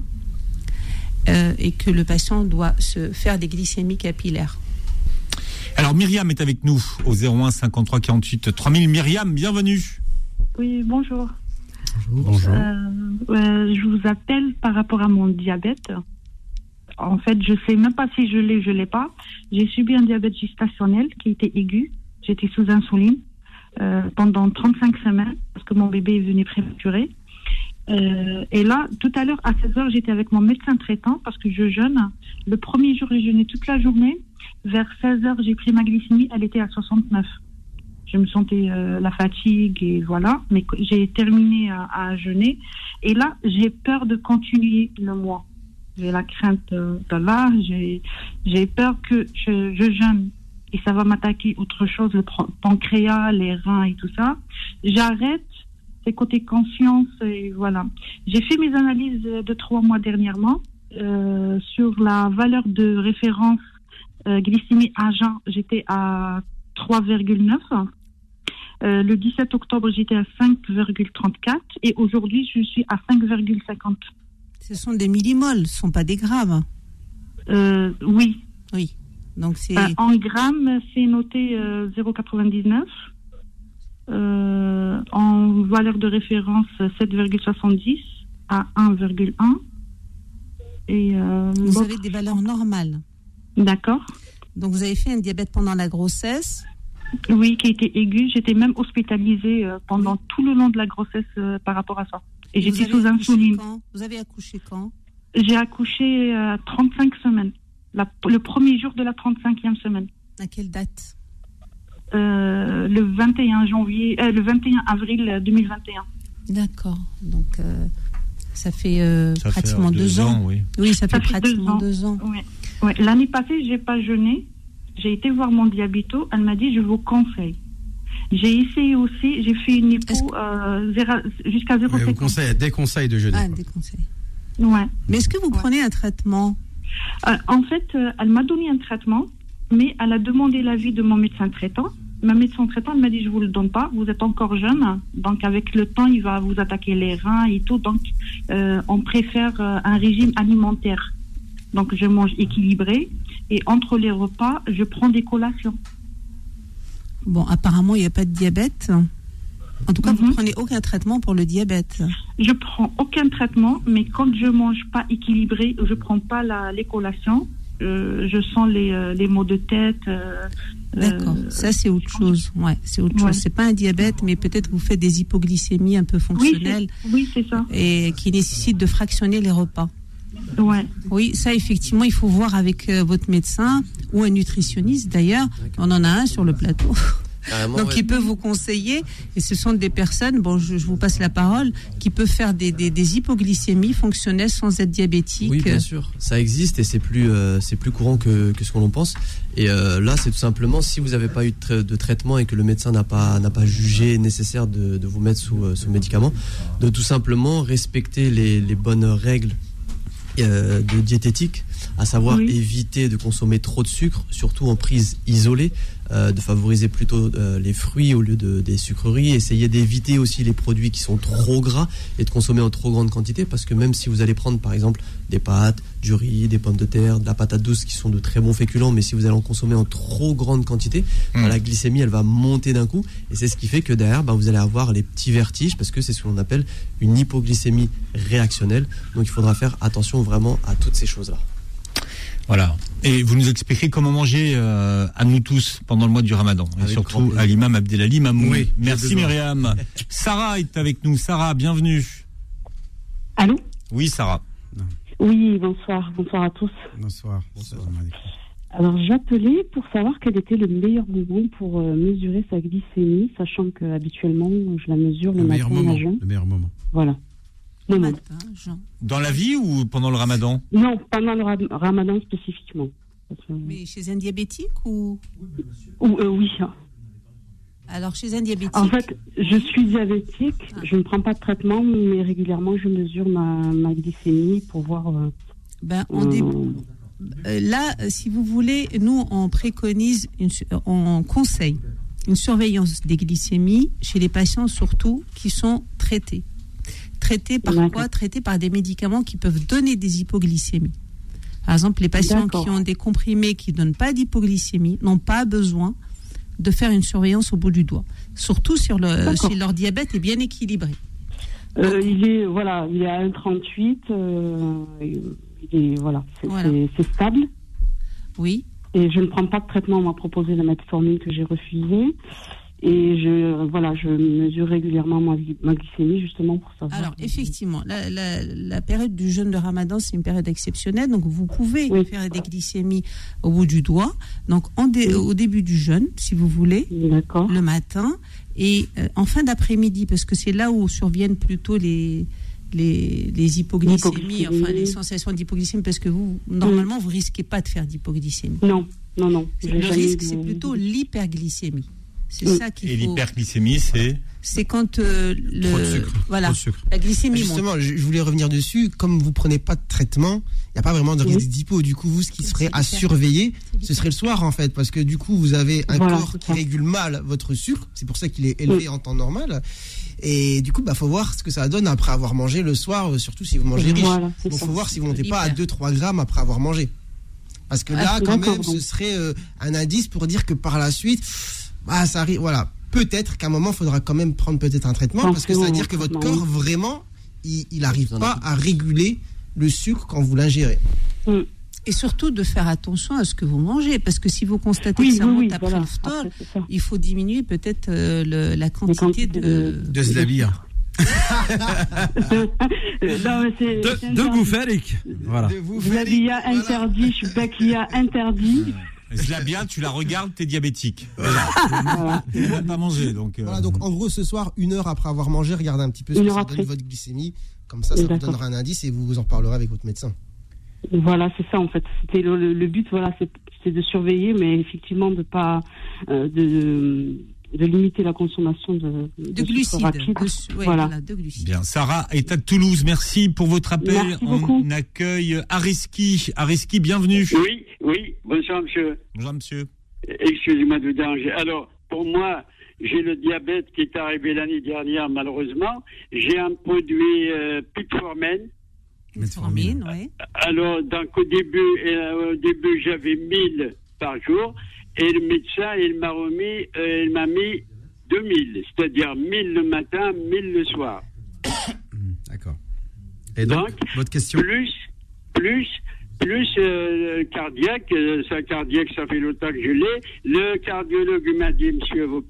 Et que le patient doit se faire des glycémies capillaires. Alors Myriam est avec nous au 01 53 48 3000. Myriam, bienvenue. Oui, bonjour. Bonjour. Je vous appelle par rapport à mon diabète. En fait, je sais même pas si je l'ai ou je l'ai pas. J'ai subi un diabète gestationnel qui était aigu. J'étais sous insuline pendant 35 semaines parce que mon bébé est venu prématuré. Et là, tout à l'heure, à 16h, j'étais avec mon médecin traitant parce que je jeûne. Le premier jour, j'ai jeûné toute la journée. Vers 16h, j'ai pris ma glycémie, elle était à 69. Je me sentais la fatigue et voilà. Mais j'ai terminé à jeûner. Et là, j'ai peur de continuer le mois. J'ai la crainte d'Allah. J'ai peur que je jeûne et ça va m'attaquer autre chose, le pancréas, les reins et tout ça. J'arrête. C'est côté conscience et voilà. J'ai fait mes analyses de 3 mois dernièrement sur la valeur de référence glycémie à jeun. J'étais à 3,9. Le 17 octobre, j'étais à 5,34 et aujourd'hui, je suis à 5,50. Ce sont des millimoles, ce ne sont pas des grammes. Oui. Oui. Donc c'est... en grammes, c'est noté 0,99. en valeur de référence 7,70 à 1,1. Et vous avez des valeurs normales. D'accord. Donc vous avez fait un diabète pendant la grossesse. Oui, qui a été aigu. J'étais même hospitalisée pendant tout le long de la grossesse par rapport à ça. Et j'étais sous insuline. Vous avez accouché quand? J'ai accouché à 35 semaines. Le premier jour de la 35e semaine. À quelle date? Le 21 avril 2021. D'accord. Donc ça fait pratiquement 2 ans. Oui, ça fait pratiquement 2 ans. Oui. Ouais. L'année passée, j'ai pas jeûné. J'ai été voir mon diabéto. Elle m'a dit, je vous conseille. J'ai essayé aussi. J'ai fait une hypo jusqu'à 0,50. Des conseils de jeûner. Ah, des conseils. Ouais. Mais est-ce que vous prenez un traitement? En fait, elle m'a donné un traitement, mais elle a demandé l'avis de mon médecin traitant. Ma médecin traitant, elle m'a dit, je vous le donne pas, vous êtes encore jeune, donc avec le temps, il va vous attaquer les reins et tout, donc on préfère un régime alimentaire. Donc je mange équilibré et entre les repas, je prends des collations. Bon, apparemment, il n'y a pas de diabète. En tout cas, vous ne prenez aucun traitement pour le diabète. Je prends aucun traitement, mais quand je mange pas équilibré, je prends pas les collations. Je sens les maux de tête. D'accord, ça c'est autre chose. Ouais, c'est autre chose. C'est pas un diabète, mais peut-être vous faites des hypoglycémies un peu fonctionnelles. Oui, c'est ça. Et qui nécessitent de fractionner les repas. Ouais. Oui, ça effectivement, il faut voir avec votre médecin ou un nutritionniste d'ailleurs. On en a un sur le plateau. Carrément, donc, il peut vous conseiller, et ce sont des personnes, bon, je vous passe la parole, qui peuvent faire des hypoglycémies fonctionnelles sans être diabétiques. Oui, bien sûr, ça existe et c'est plus courant que ce qu'on pense. Et là, c'est tout simplement, si vous n'avez pas eu de traitement et que le médecin n'a pas jugé nécessaire de vous mettre sous médicament, de tout simplement respecter les bonnes règles de diététique, à savoir éviter de consommer trop de sucre, surtout en prise isolée, de favoriser plutôt les fruits au lieu des sucreries, essayer d'éviter aussi les produits qui sont trop gras et de consommer en trop grande quantité, parce que même si vous allez prendre par exemple des pâtes, du riz, des pommes de terre, de la patate douce qui sont de très bons féculents, mais si vous allez en consommer en trop grande quantité, la glycémie elle va monter d'un coup, et c'est ce qui fait que derrière vous allez avoir les petits vertiges, parce que c'est ce qu'on appelle une hypoglycémie réactionnelle. Donc il faudra faire attention vraiment à toutes ces choses là. Voilà. Et vous nous expliquerez comment manger à nous tous pendant le mois du Ramadan. Et surtout à l'imam Abdelali Mamoun. Oui, merci Myriam. Sarah est avec nous. Sarah, bienvenue. Allô? Oui, Sarah. Oui, bonsoir. Bonsoir à tous. Bonsoir. Alors, j'appelais pour savoir quel était le meilleur moment pour mesurer sa glycémie, sachant qu'habituellement, je la mesure le matin à jeun. Le meilleur moment. Voilà. Le matin, Jean. Dans la vie ou pendant le Ramadan? Non, pendant le Ramadan spécifiquement. Mais chez un diabétique ou oui. Alors, chez un diabétique. En fait, je suis diabétique, je ne prends pas de traitement, mais régulièrement, je mesure ma glycémie pour voir. Là, si vous voulez, nous, on préconise, on conseille une surveillance des glycémies chez les patients, surtout qui sont traités. Traités par quoi? Traités par des médicaments qui peuvent donner des hypoglycémies. Par exemple, les patients qui ont des comprimés qui ne donnent pas d'hypoglycémie n'ont pas besoin de faire une surveillance au bout du doigt. Surtout si leur diabète est bien équilibré. Il est à 1,38. C'est stable. Oui. Et je ne prends pas de traitement. On m'a proposé la metformine que j'ai refusée. Et je mesure régulièrement ma glycémie justement pour savoir. Alors effectivement, la période du jeûne de Ramadan, c'est une période exceptionnelle, donc vous pouvez faire des glycémies au bout du doigt. Donc au début du jeûne, si vous voulez, le matin et en fin d'après-midi, parce que c'est là où surviennent plutôt les hypoglycémies, enfin les sensations d'hypoglycémie, parce que normalement vous risquez pas de faire d'hypoglycémie. Non. Le risque, c'est plutôt l'hyperglycémie. C'est ça qu'il faut. Et l'hyperglycémie, c'est quand trop de sucre. Voilà. Trop de sucre. La glycémie Justement, monte. je voulais revenir dessus. Comme vous prenez pas de traitement, il n'y a pas vraiment de risque d'hypo. Du coup, vous, ce qui serait à surveiller, ce serait le soir, en fait. Parce que du coup, vous avez un corps qui régule mal votre sucre. C'est pour ça qu'il est élevé en temps normal. Et du coup, faut voir ce que ça donne après avoir mangé le soir, surtout si vous mangez riche. Donc, faut voir si vous ne montez pas à 2-3 grammes après avoir mangé. Parce que là, quand même, ce serait un indice pour dire que par la suite, ça arrive, voilà. peut-être qu'à un moment, il faudra quand même prendre peut-être un traitement, parce que ça veut dire que votre corps, vraiment, il n'arrive pas à réguler le sucre quand vous l'ingérez. Et surtout de faire attention à ce que vous mangez, parce que si vous constatez que ça monte après le phtor, il faut diminuer peut-être la quantité de zlabia. De boufféric. Voilà. Zlabia interdit, Choubakia interdit. Zlabia, tu la regardes, t'es diabétique. Voilà. Tu n'as pas mangé, donc. Voilà, donc en gros, ce soir, 1 heure après avoir mangé, regardez un petit peu ce que ça donne votre glycémie. Comme ça vous donnera un indice et vous vous en parlerez avec votre médecin. Voilà, c'est ça en fait. C'était le but, voilà, c'est de surveiller, mais effectivement de pas de limiter la consommation de glucides. De glucides. Bien, Sarah est à Toulouse. Merci pour votre appel. Merci beaucoup. On accueille Areski. Areski, bienvenue. Oui. Bonsoir, monsieur. Bonjour, monsieur. Excusez-moi de déranger. Alors, pour moi, j'ai le diabète qui est arrivé l'année dernière, malheureusement. J'ai un produit Metformin. Metformin, oui. Alors, donc au début, j'avais 1000 par jour, et le médecin, il m'a mis 2000, c'est-à-dire 1000 le matin, 1000 le soir. D'accord. Et donc votre question? Plus cardiaque, ça cardiaque, ça fait longtemps que je l'ai. Le cardiologue m'a dit, monsieur, vous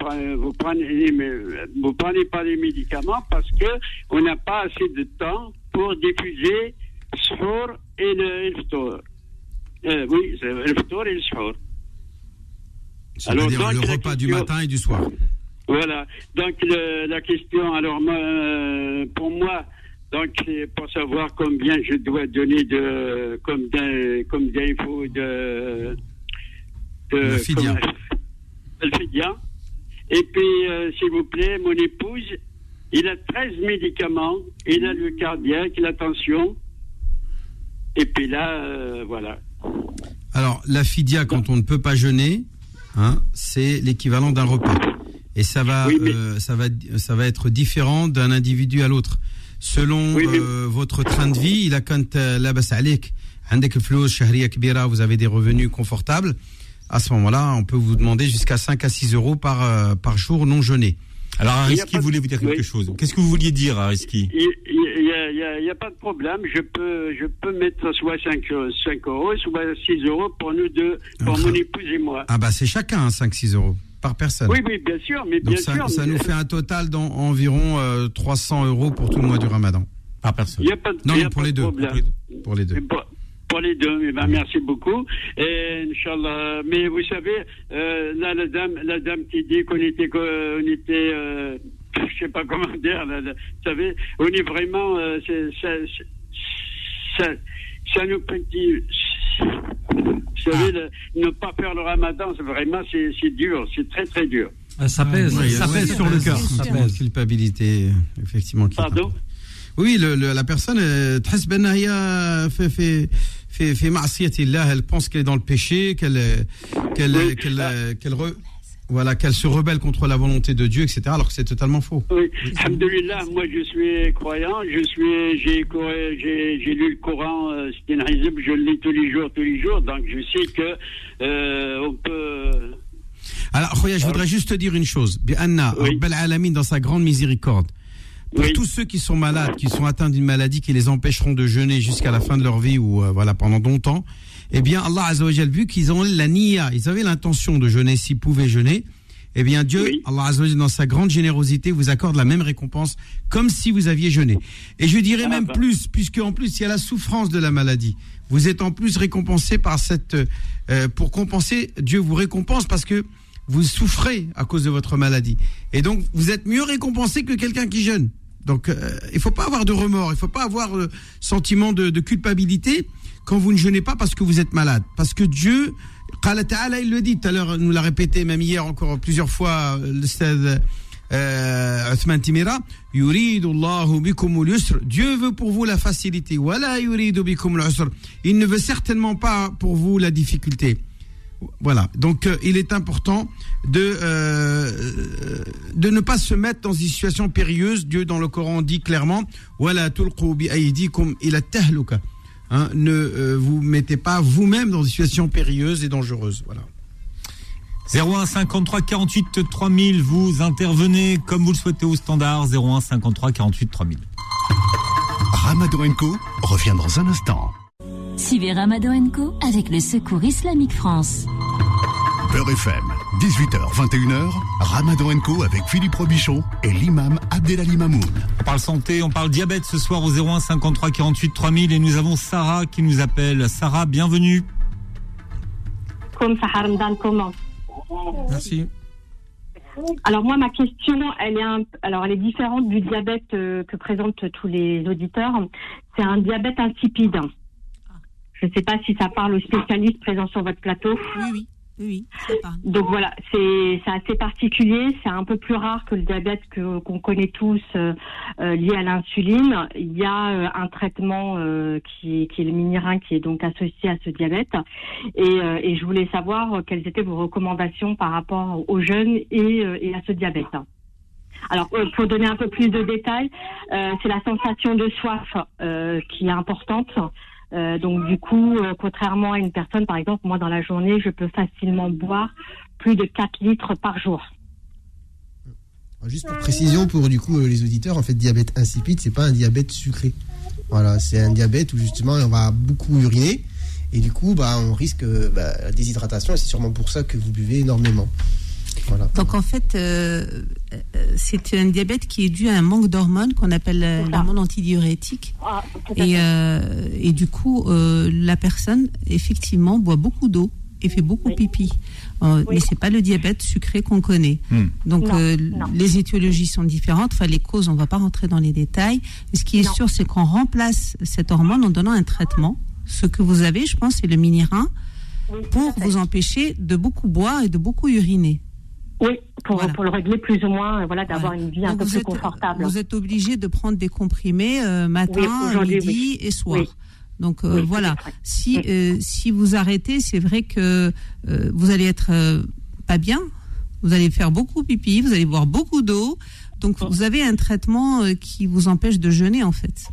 prenez pas les médicaments parce que on n'a pas assez de temps pour diffuser Shour et le Ftour. Oui, c'est le Ftour et le Shour. C'est-à-dire le repas du matin et du soir. Voilà. Donc la question, alors pour moi, donc c'est pour savoir combien je dois donner comme d'infos de le Fidia. Le Fidia. Et puis, s'il vous plaît, mon épouse, il a 13 médicaments. Il a le cardiaque, la tension. Et puis là, voilà. Alors, la Fidia, quand on ne peut pas jeûner, c'est l'équivalent d'un repas. Et ça va être différent d'un individu à l'autre. Selon votre train de vie, il a quand labas alik, عندك فلوس شهرية كبيرة, vous avez des revenus confortables. À ce moment-là, on peut vous demander jusqu'à 5 à 6 euros par jour non jeûné. Alors, Areski voulait vous dire quelque chose. Qu'est-ce que vous vouliez dire, Areski? Il n'y a pas de problème. Je peux mettre soit 5 euros, soit 6 euros pour nous deux, pour mon épouse et moi. Ah bah c'est chacun 5-6 euros par personne. Oui, bien sûr, mais donc bien sûr. Ça nous fait un total d'environ 300 euros pour tout le mois du Ramadan. Par personne. Pour les deux. Pour les deux. Pour les deux, merci beaucoup. Et Inch'Allah. Mais vous savez, là, la dame qui dit qu'on était je sais pas comment dire, vous savez, on est vraiment, ça nous petit. Vous savez, ne pas faire le Ramadan, c'est dur, c'est très très dur. Ça pèse sur le cœur. Ça pèse. Culpabilité, effectivement. Pardon? Oui, la personne, elle pense qu'elle est dans le péché, qu'elle se rebelle contre la volonté de Dieu, etc., alors que c'est totalement faux. Oui, alhamdoulilah, moi je suis croyant, j'ai lu le Coran, je le lis tous les jours, donc je sais que on peut... Alors, Khoya, je voudrais juste te dire une chose. Anna, Rabbal Alamin, dans sa grande miséricorde, pour tous ceux qui sont malades, qui sont atteints d'une maladie qui les empêcheront de jeûner jusqu'à la fin de leur vie ou pendant longtemps, eh bien Allah Azza wa Jal, vu qu'ils ont la niya, ils avaient l'intention de jeûner s'ils pouvaient jeûner, eh bien Dieu, Allah Azza wa Jal, dans sa grande générosité, vous accorde la même récompense comme si vous aviez jeûné. Et je dirais même plus, puisque en plus il y a la souffrance de la maladie. Vous êtes en plus récompensé par pour compenser, Dieu vous récompense parce que vous souffrez à cause de votre maladie. Et donc vous êtes mieux récompensé que quelqu'un qui jeûne. Donc, il faut pas avoir de remords, il faut pas avoir le sentiment de culpabilité quand vous ne jeûnez pas parce que vous êtes malade. Parce que Dieu, Qala Ta'ala, il le dit tout à l'heure, nous l'a répété même hier encore plusieurs fois, le stade Othman Timira, Yuridu Allahu bikumul yusr. Dieu veut pour vous la facilité. Wala yuridu bikumul usr. Il ne veut certainement pas pour vous la difficulté. Voilà, donc il est important de ne pas se mettre dans une situation périlleuse. Dieu dans le Coran dit clairement wala tulqu bi aydikum ila tahluka. Ne vous mettez pas vous-même dans une situation périlleuse et dangereuse. Voilà. 01 53 48 3000, vous intervenez comme vous le souhaitez au standard. 01 53 48 3000. Ramadan & Co revient dans un instant. Suivez Ramadan & Co avec le Secours Islamique France. Beurre FM, 18h, 21h, Ramadan & Co avec Philippe Robichon et l'imam Abdelali Mamoun. On parle santé, on parle diabète ce soir au 01 53 48 3000 et nous avons Sarah qui nous appelle. Sarah, bienvenue. Comme Sarah Ramadan, comment? Merci. Alors moi, ma question, elle est différente du diabète que présentent tous les auditeurs. C'est un diabète insipide. Je ne sais pas si ça parle aux spécialistes présents sur votre plateau. Oui, ça parle. Donc voilà, c'est assez particulier, c'est un peu plus rare que le diabète qu'on connaît tous lié à l'insuline. Il y a un traitement qui est le Minirin qui est donc associé à ce diabète. Et je voulais savoir quelles étaient vos recommandations par rapport aux jeunes et à ce diabète. Alors, pour donner un peu plus de détails, c'est la sensation de soif qui est importante. Donc du coup, contrairement à une personne, par exemple, moi dans la journée, je peux facilement boire plus de 4 litres par jour. Juste pour précision, pour du coup les auditeurs, en fait, diabète insipide, c'est pas un diabète sucré. Voilà, c'est un diabète où justement on va beaucoup uriner et du coup, on risque la déshydratation et c'est sûrement pour ça que vous buvez énormément. Voilà. Donc en fait, c'est un diabète qui est dû à un manque d'hormones qu'on appelle l'hormone antidiurétique. Et du coup, la personne, effectivement, boit beaucoup d'eau et fait beaucoup pipi. Mais c'est pas le diabète sucré qu'on connaît. Donc les étiologies sont différentes. Enfin, les causes, on va pas rentrer dans les détails. Mais ce qui est sûr, c'est qu'on remplace cette hormone en donnant un traitement. Ce que vous avez, je pense, c'est le Minirin pour vous empêcher de beaucoup boire et de beaucoup uriner. Oui, pour le régler plus ou moins, d'avoir une vie un peu plus confortable. Vous êtes obligé de prendre des comprimés matin, midi et soir. Oui. Donc voilà, si vous arrêtez, c'est vrai que vous allez être pas bien, vous allez faire beaucoup pipi, vous allez boire beaucoup d'eau. Donc vous avez un traitement qui vous empêche de jeûner en fait.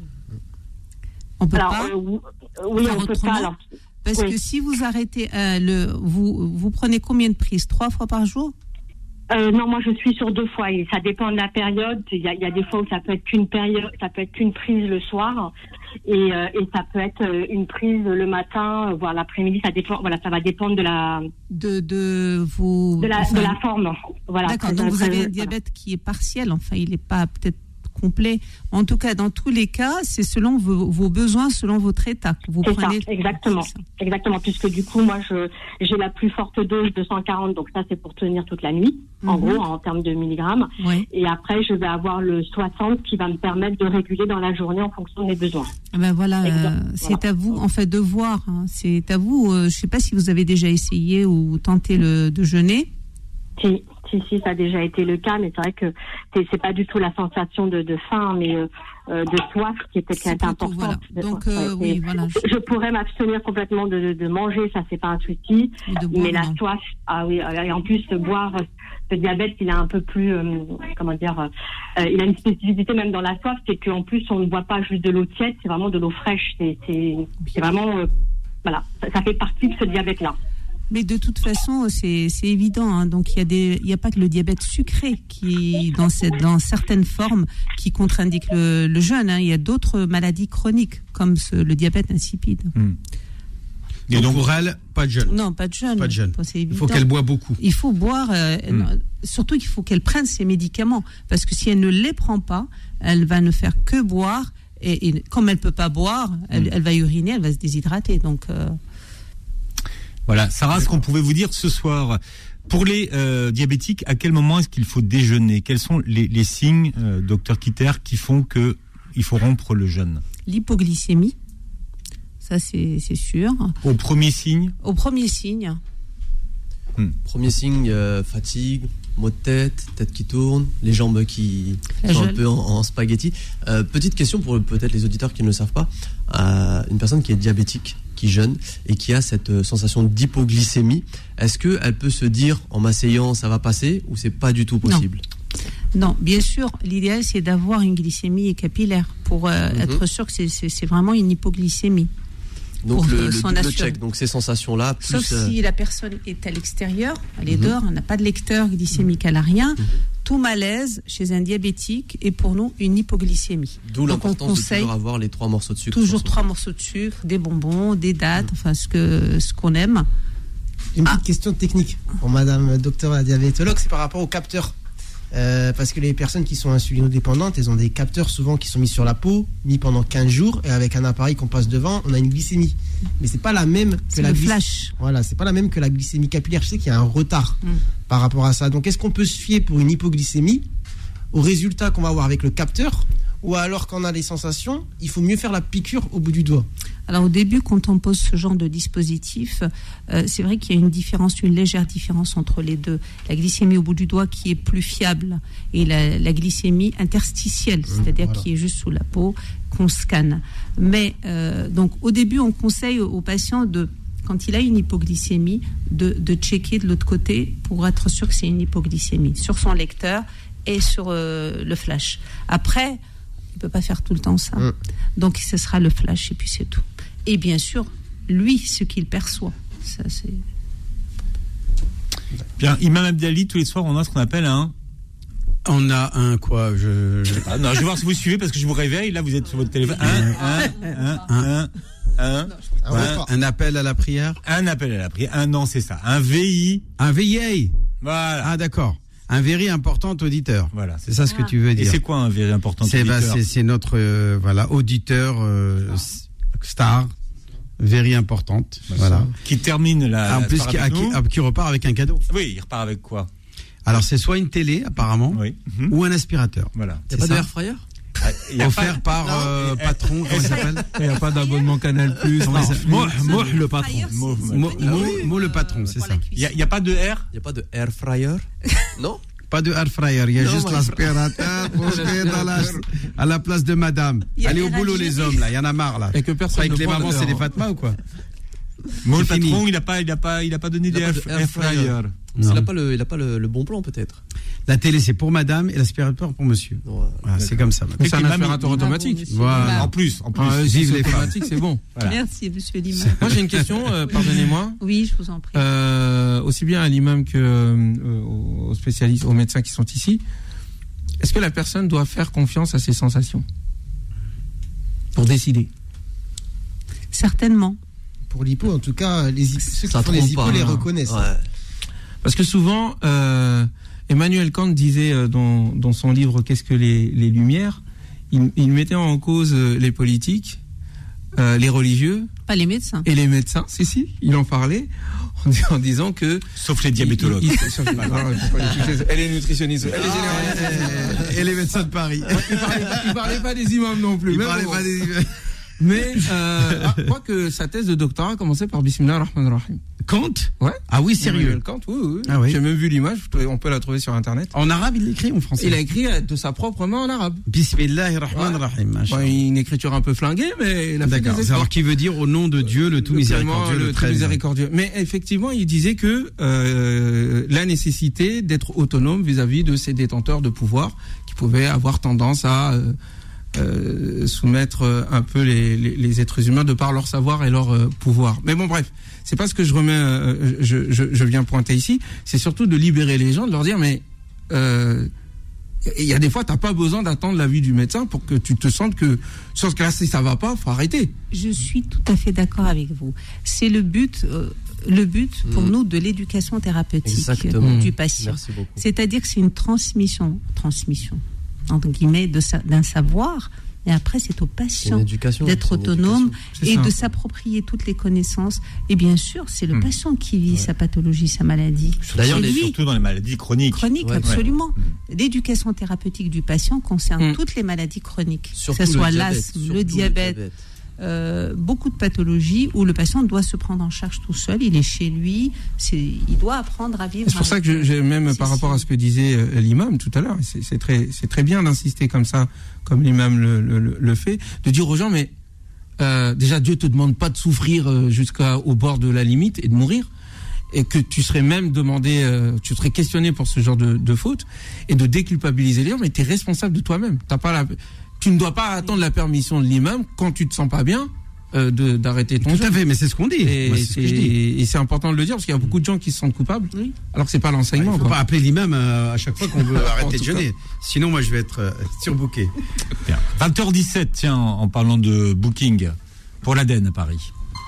On peut pas. Oui, on peut pas. Alors, parce que si vous arrêtez, vous prenez combien de prises? 3 fois par jour? Non, moi je suis sur 2 fois et ça dépend de la période. Il y a des fois où ça peut être qu'une prise le soir et ça peut être une prise le matin, voire l'après-midi. Ça dépend. Voilà, ça va dépendre de la de la forme. Voilà. D'accord. Donc vous avez un diabète qui est partiel. Enfin, il n'est pas peut-être complet. En tout cas, dans tous les cas, c'est selon vos besoins, selon votre état. Vous prenez. Ça, exactement. Puisque du coup, moi, j'ai la plus forte dose de 140, donc ça, c'est pour tenir toute la nuit, en gros, en termes de milligrammes. Oui. Et après, je vais avoir le 60 qui va me permettre de réguler dans la journée en fonction de mes besoins. Ben voilà, c'est à vous, en fait, de voir. Hein. C'est à vous. Je ne sais pas si vous avez déjà essayé ou tenté de jeûner. Si, ça a déjà été le cas, mais c'est vrai que c'est pas du tout la sensation de faim, mais de soif qui est importante. Voilà. Donc, voilà. Je pourrais m'abstenir complètement de manger, ça c'est pas un souci, mais la soif, et en plus boire, ce diabète, il a un peu plus, il a une spécificité même dans la soif, c'est qu'en plus on ne boit pas juste de l'eau tiède, c'est vraiment de l'eau fraîche, c'est vraiment, ça fait partie de ce diabète-là. Mais de toute façon, c'est évident. Hein. Donc il y a pas que le diabète sucré qui, dans certaines formes, qui contre-indique le jeûne. Hein. Il y a d'autres maladies chroniques comme le diabète insipide. Et donc pour elle, pas de jeûne. Non, pas de jeûne. Il faut qu'elle boive beaucoup. Il faut boire. Surtout qu'il faut qu'elle prenne ses médicaments, parce que si elle ne les prend pas, elle va ne faire que boire. Et comme elle peut pas boire, elle va uriner, elle va se déshydrater. Donc voilà, Sarah, ce qu'on pouvait vous dire ce soir, pour les diabétiques, à quel moment est-ce qu'il faut déjeuner? Quels sont les signes, docteur Kitter, qui font qu'il faut rompre le jeûne? L'hypoglycémie, ça c'est sûr. Au premier signe? Au premier signe. Premier signe, fatigue, maux de tête qui tourne, les jambes qui sont un peu en spaghetti. Petite question pour peut-être les auditeurs qui ne le savent pas. Une personne qui est diabétique, qui jeûne et qui a cette sensation d'hypoglycémie, est-ce qu'elle peut se dire en m'asseyant ça va passer ou c'est pas du tout possible? Non, bien sûr, l'idéal c'est d'avoir une glycémie capillaire pour être sûr que c'est vraiment une hypoglycémie. Donc pour le s'en double assurer. check, donc ces sensations-là, plus Sauf si la personne est à l'extérieur, elle est dehors, elle n'a pas de lecteur glycémique, elle n'a rien. Tout malaise chez un diabétique est pour nous une hypoglycémie. d'où Donc, on l'importance de conseille toujours avoir les 3 morceaux de sucre. toujours 3 morceaux de sucre, des bonbons, des dattes, enfin ce qu'on aime. Une petite question technique pour madame docteur la diabétologue, c'est par rapport aux capteurs. Parce que les personnes qui sont insulinodépendantes, elles ont des capteurs souvent qui sont mis sur la peau, mis pendant 15 jours, et avec un appareil qu'on passe devant, on a une glycémie. Mais c'est pas la même que C'est la le flash. Voilà, c'est pas la même que la glycémie capillaire. Je sais qu'il y a un retard par rapport à ça. Donc est-ce qu'on peut se fier pour une hypoglycémie au résultat qu'on va avoir avec le capteur, ou alors quand on a les sensations, il faut mieux faire la piqûre au bout du doigt? Alors au début, quand on pose ce genre de dispositif, c'est vrai qu'il y a une légère différence entre les deux. La glycémie au bout du doigt qui est plus fiable et la glycémie interstitielle, c'est-à-dire qui est juste sous la peau, qu'on scanne. Mais donc au début, on conseille aux patients quand il a une hypoglycémie, de checker de l'autre côté pour être sûr que c'est une hypoglycémie, sur son lecteur et sur le flash. Après, il ne peut pas faire tout le temps ça. Donc ce sera le flash et puis c'est tout. Et bien sûr, lui, ce qu'il perçoit. Ça, c'est... Bien, Imam Abdelali, tous les soirs, on a ce qu'on appelle un... On a un quoi je sais pas. Non, je vais voir si vous suivez parce que je vous réveille. Là, vous êtes sur votre téléphone. Un appel à la prière. Un appel à la prière. Non, c'est ça. Un VI. Un VI. Voilà. Ah, d'accord. Un very important auditeur. Voilà, c'est ça ce que tu veux dire. Et c'est quoi un very important auditeur? C'est notre auditeur star, very importante. Voilà. Qui termine la. En plus, qui repart avec un cadeau. Oui, il repart avec quoi? Alors c'est soit une télé apparemment, ou un aspirateur. Voilà. Il n'y a pas de air fryer? Offert par patron, comment il s'appelle? Il n'y a pas d'abonnement Canal+. Moi le patron. Moi le patron, c'est ça. Il n'y a pas de air? Il n'y a pas de air fryer? Non? Pas de air fryer, il y a juste l'aspirateur à la place de madame. Allez au boulot les hommes là, il y en a marre là. Et que personne avec les mamans c'est des Fatma ou quoi? Moi le patron, il a pas donné d'air fryer. Il n'a pas le bon plan peut-être. La télé c'est pour madame et l'aspirateur pour monsieur. Voilà, c'est comme ça. C'est un aspirateur automatique. Voilà. En plus. Vive les femmes. C'est bon. Voilà. Merci, monsieur l'imam. Moi j'ai une question, pardonnez-moi. Oui, je vous en prie. Aussi bien à l'imam que aux spécialistes, aux médecins qui sont ici. Est-ce que la personne doit faire confiance à ses sensations pour décider? Certainement. Pour l'hypo, en tout cas, ceux qui font les hypos les reconnaissent. Ouais. Parce que souvent, Emmanuel Kant disait dans son livre Qu'est-ce que les Lumières, il mettait en cause les politiques, les religieux, pas les médecins. Et les médecins, si, il en parlait en disant que... Sauf les diabétologues. Elle est nutritionniste. Elle est généraliste. Et les médecins de Paris. Il parlait pas des imams non plus. Mais je crois que sa thèse de doctorat commençait par Bismillah ar-Rahman ar-Rahim. Kant? Ouais. Ah oui, sérieux. Kant, oui. Ah oui. J'ai même vu l'image, on peut la trouver sur internet. En arabe, il l'écrit ou en français? Il a écrit de sa propre main en arabe. Bismillah ar-Rahman ar-Rahim. Une écriture un peu flinguée, mais il a fait des efforts. Alors qui veut dire au nom de Dieu, le tout miséricordieux, le très miséricordieux. Mais effectivement, il disait que la nécessité d'être autonome vis-à-vis de ces détenteurs de pouvoir qui pouvaient avoir tendance à soumettre un peu les êtres humains de par leur savoir et leur pouvoir. Mais bon, bref, c'est pas ce que je viens pointer ici. C'est surtout de libérer les gens, de leur dire mais il y a des fois t'as pas besoin d'attendre l'avis du médecin pour que tu te sentes que sur ce cas-là si ça va pas, faut arrêter. Je suis tout à fait d'accord avec vous. C'est le but pour nous de l'éducation thérapeutique du patient. C'est-à-dire que c'est une transmission entre guillemets d'un savoir, et après c'est au patient d'être autonome et de s'approprier toutes les connaissances, et bien sûr c'est le patient qui vit sa pathologie, sa maladie. D'ailleurs surtout dans les maladies chroniques. Absolument. L'éducation thérapeutique du patient concerne toutes les maladies chroniques, que ce soit l'asthme, le diabète. Beaucoup de pathologies où le patient doit se prendre en charge tout seul, il est chez lui, il doit apprendre à vivre. C'est pour ça que j'ai même par rapport à ce que disait l'imam tout à l'heure, c'est très bien d'insister comme ça, comme l'imam le fait, de dire aux gens mais déjà Dieu te demande pas de souffrir jusqu'au bord de la limite et de mourir, et que tu serais même tu serais questionné pour ce genre de faute, et de déculpabiliser les gens, mais tu es responsable de toi-même. Tu ne dois pas attendre la permission de l'imam quand tu te sens pas bien d'arrêter ton Tout jeûne. à fait, mais c'est ce qu'on dit. Moi, c'est ce que je dis. Et c'est important de le dire parce qu'il y a beaucoup de gens qui se sentent coupables, alors que c'est pas l'enseignement. Il ne faut pas appeler l'imam à chaque fois qu'on veut arrêter de tout cas. jeûner. Sinon, moi, je vais être surbooké. Bien. 20h17, tiens, en parlant de booking pour l'Aden à Paris.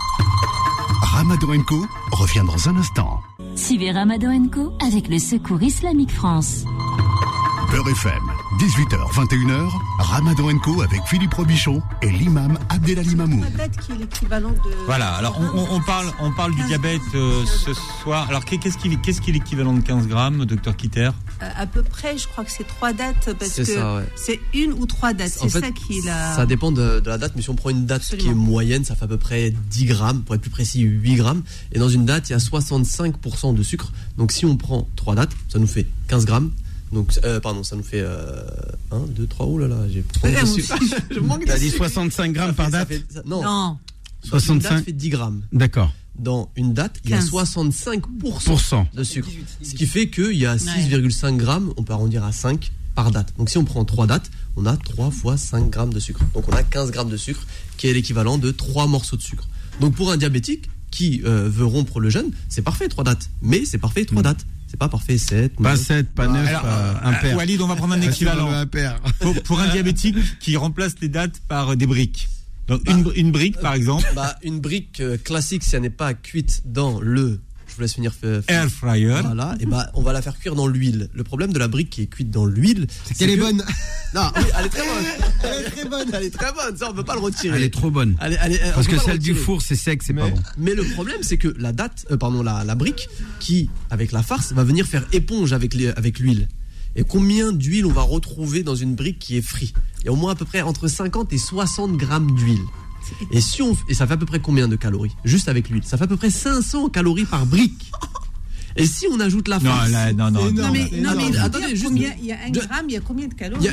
Ramadan & Co revient dans un instant. Suivez Ramadan & Co avec le Secours Islamique France. Beurre FM, 18h, 21h, Ramadan & Co avec Philippe Robichon et l'imam Abdelali Mamoun. La date qui est l'équivalent de. Voilà, alors on parle du diabète ce soir. Alors qu'est-ce qui est l'équivalent de 15 grammes, docteur Kitter? À peu près, je crois que c'est 3 dates parce C'est que ça, ouais. c'est 1 ou 3 dates. En C'est fait, ça qui est la. Ça dépend de la date, mais si on prend une date qui est moyenne, ça fait à peu près 10 grammes, pour être plus précis 8 grammes. Et dans une date, il y a 65% de sucre. Donc si on prend 3 dates, ça nous fait 15 grammes. Donc, ça nous fait 1, 2, 3, oh là là, j'ai je manque. T'as dit 65 grammes par date? Non. 65. Une date fait 10 grammes. D'accord. Dans une date, il y a 65% de sucre. Ce qui fait qu'il y a 6,5 grammes, on peut arrondir à 5 par date. Donc si on prend 3 dates, on a 3 fois 5 grammes de sucre. Donc on a 15 grammes de sucre, qui est l'équivalent de 3 morceaux de sucre. Donc pour un diabétique qui veut rompre le jeûne, c'est parfait 3 dates. Mais c'est parfait 3 dates. C'est pas parfait 7, 9. Pas 7, pas 9, impair. Walid, on va prendre un équivalent. Pour un diabétique qui remplace les dates par des briques. Donc une brique par exemple. Une brique classique, si elle n'est pas cuite dans le... Je vous laisse finir. Air fryer. Voilà, et on va la faire cuire dans l'huile. Le problème de la brique qui est cuite dans l'huile, c'est qu'elle est bonne. Non, oui, elle est très bonne. Elle est très bonne. Elle est très bonne. Ça, on peut pas le retirer. Elle est trop bonne. Parce que celle du four, c'est sec, c'est pas bon. Mais le problème, c'est que la brique qui, avec la farce, va venir faire éponge avec l'huile. Et combien d'huile on va retrouver dans une brique qui est frite? Il y a au moins à peu près entre 50 et 60 grammes d'huile. Et ça fait à peu près combien de calories? Juste avec l'huile, ça fait à peu près 500 calories par brique. Et si on ajoute la farce... Non, mais attendez, il y a 1 gramme, il y a combien de calories?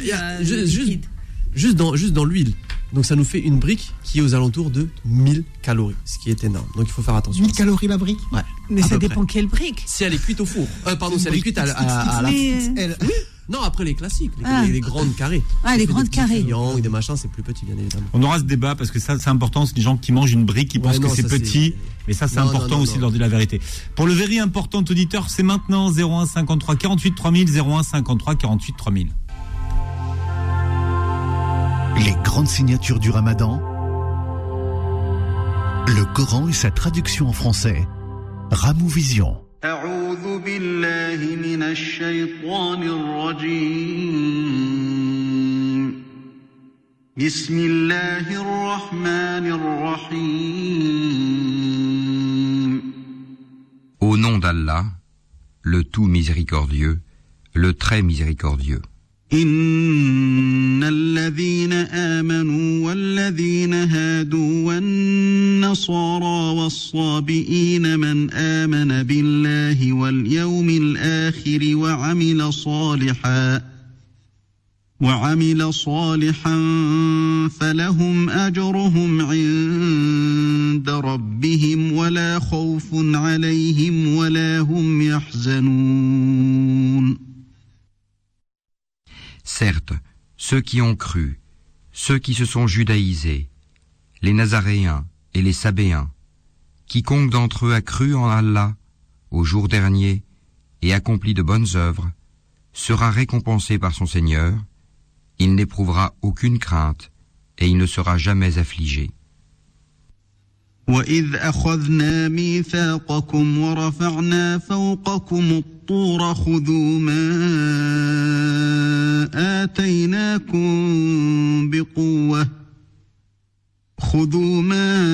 Juste dans l'huile. Donc ça nous fait une brique qui est aux alentours de 1000 calories, ce qui est énorme. Donc il faut faire attention. 1000 calories la brique? Ouais. Mais ça dépend quelle brique. Si elle est cuite au four. Si elle est cuite à la... Oui. Non, après les classiques, les grandes carrées. Les grandes carrées. Des machins, c'est plus petit, bien évidemment. On aura ce débat parce que ça, c'est important. C'est les gens qui mangent une brique, qui pensent que c'est petit. Mais ça, c'est important aussi de leur dire la vérité. Pour le very important auditeur, c'est maintenant 01 53 48 3000, 01 53 48 3000. Les grandes signatures du Ramadan. Le Coran et sa traduction en français. Ramou Vision. أعوذ بالله من الشيطان الرجيم بسم الله الرحمن الرحيم Au nom d'Allah, le tout miséricordieux, le très miséricordieux. إن الذين آمنوا والذين هادوا والنصارى والصابئين من آمن بالله واليوم الآخر وعمل صالحا فلهم أجرهم عند ربهم ولا خوف عليهم ولا هم يحزنون. Certes, ceux qui ont cru, ceux qui se sont judaïsés, les Nazaréens et les Sabéens, quiconque d'entre eux a cru en Allah, au jour dernier, et accompli de bonnes œuvres, sera récompensé par son Seigneur, il n'éprouvera aucune crainte, et il ne sera jamais affligé. وَإِذْ أَخَذْنَا مِيثَاقَكُمْ وَرَفَعْنَا فَوْقَكُمُ الطُّورَ خُذُوا مَا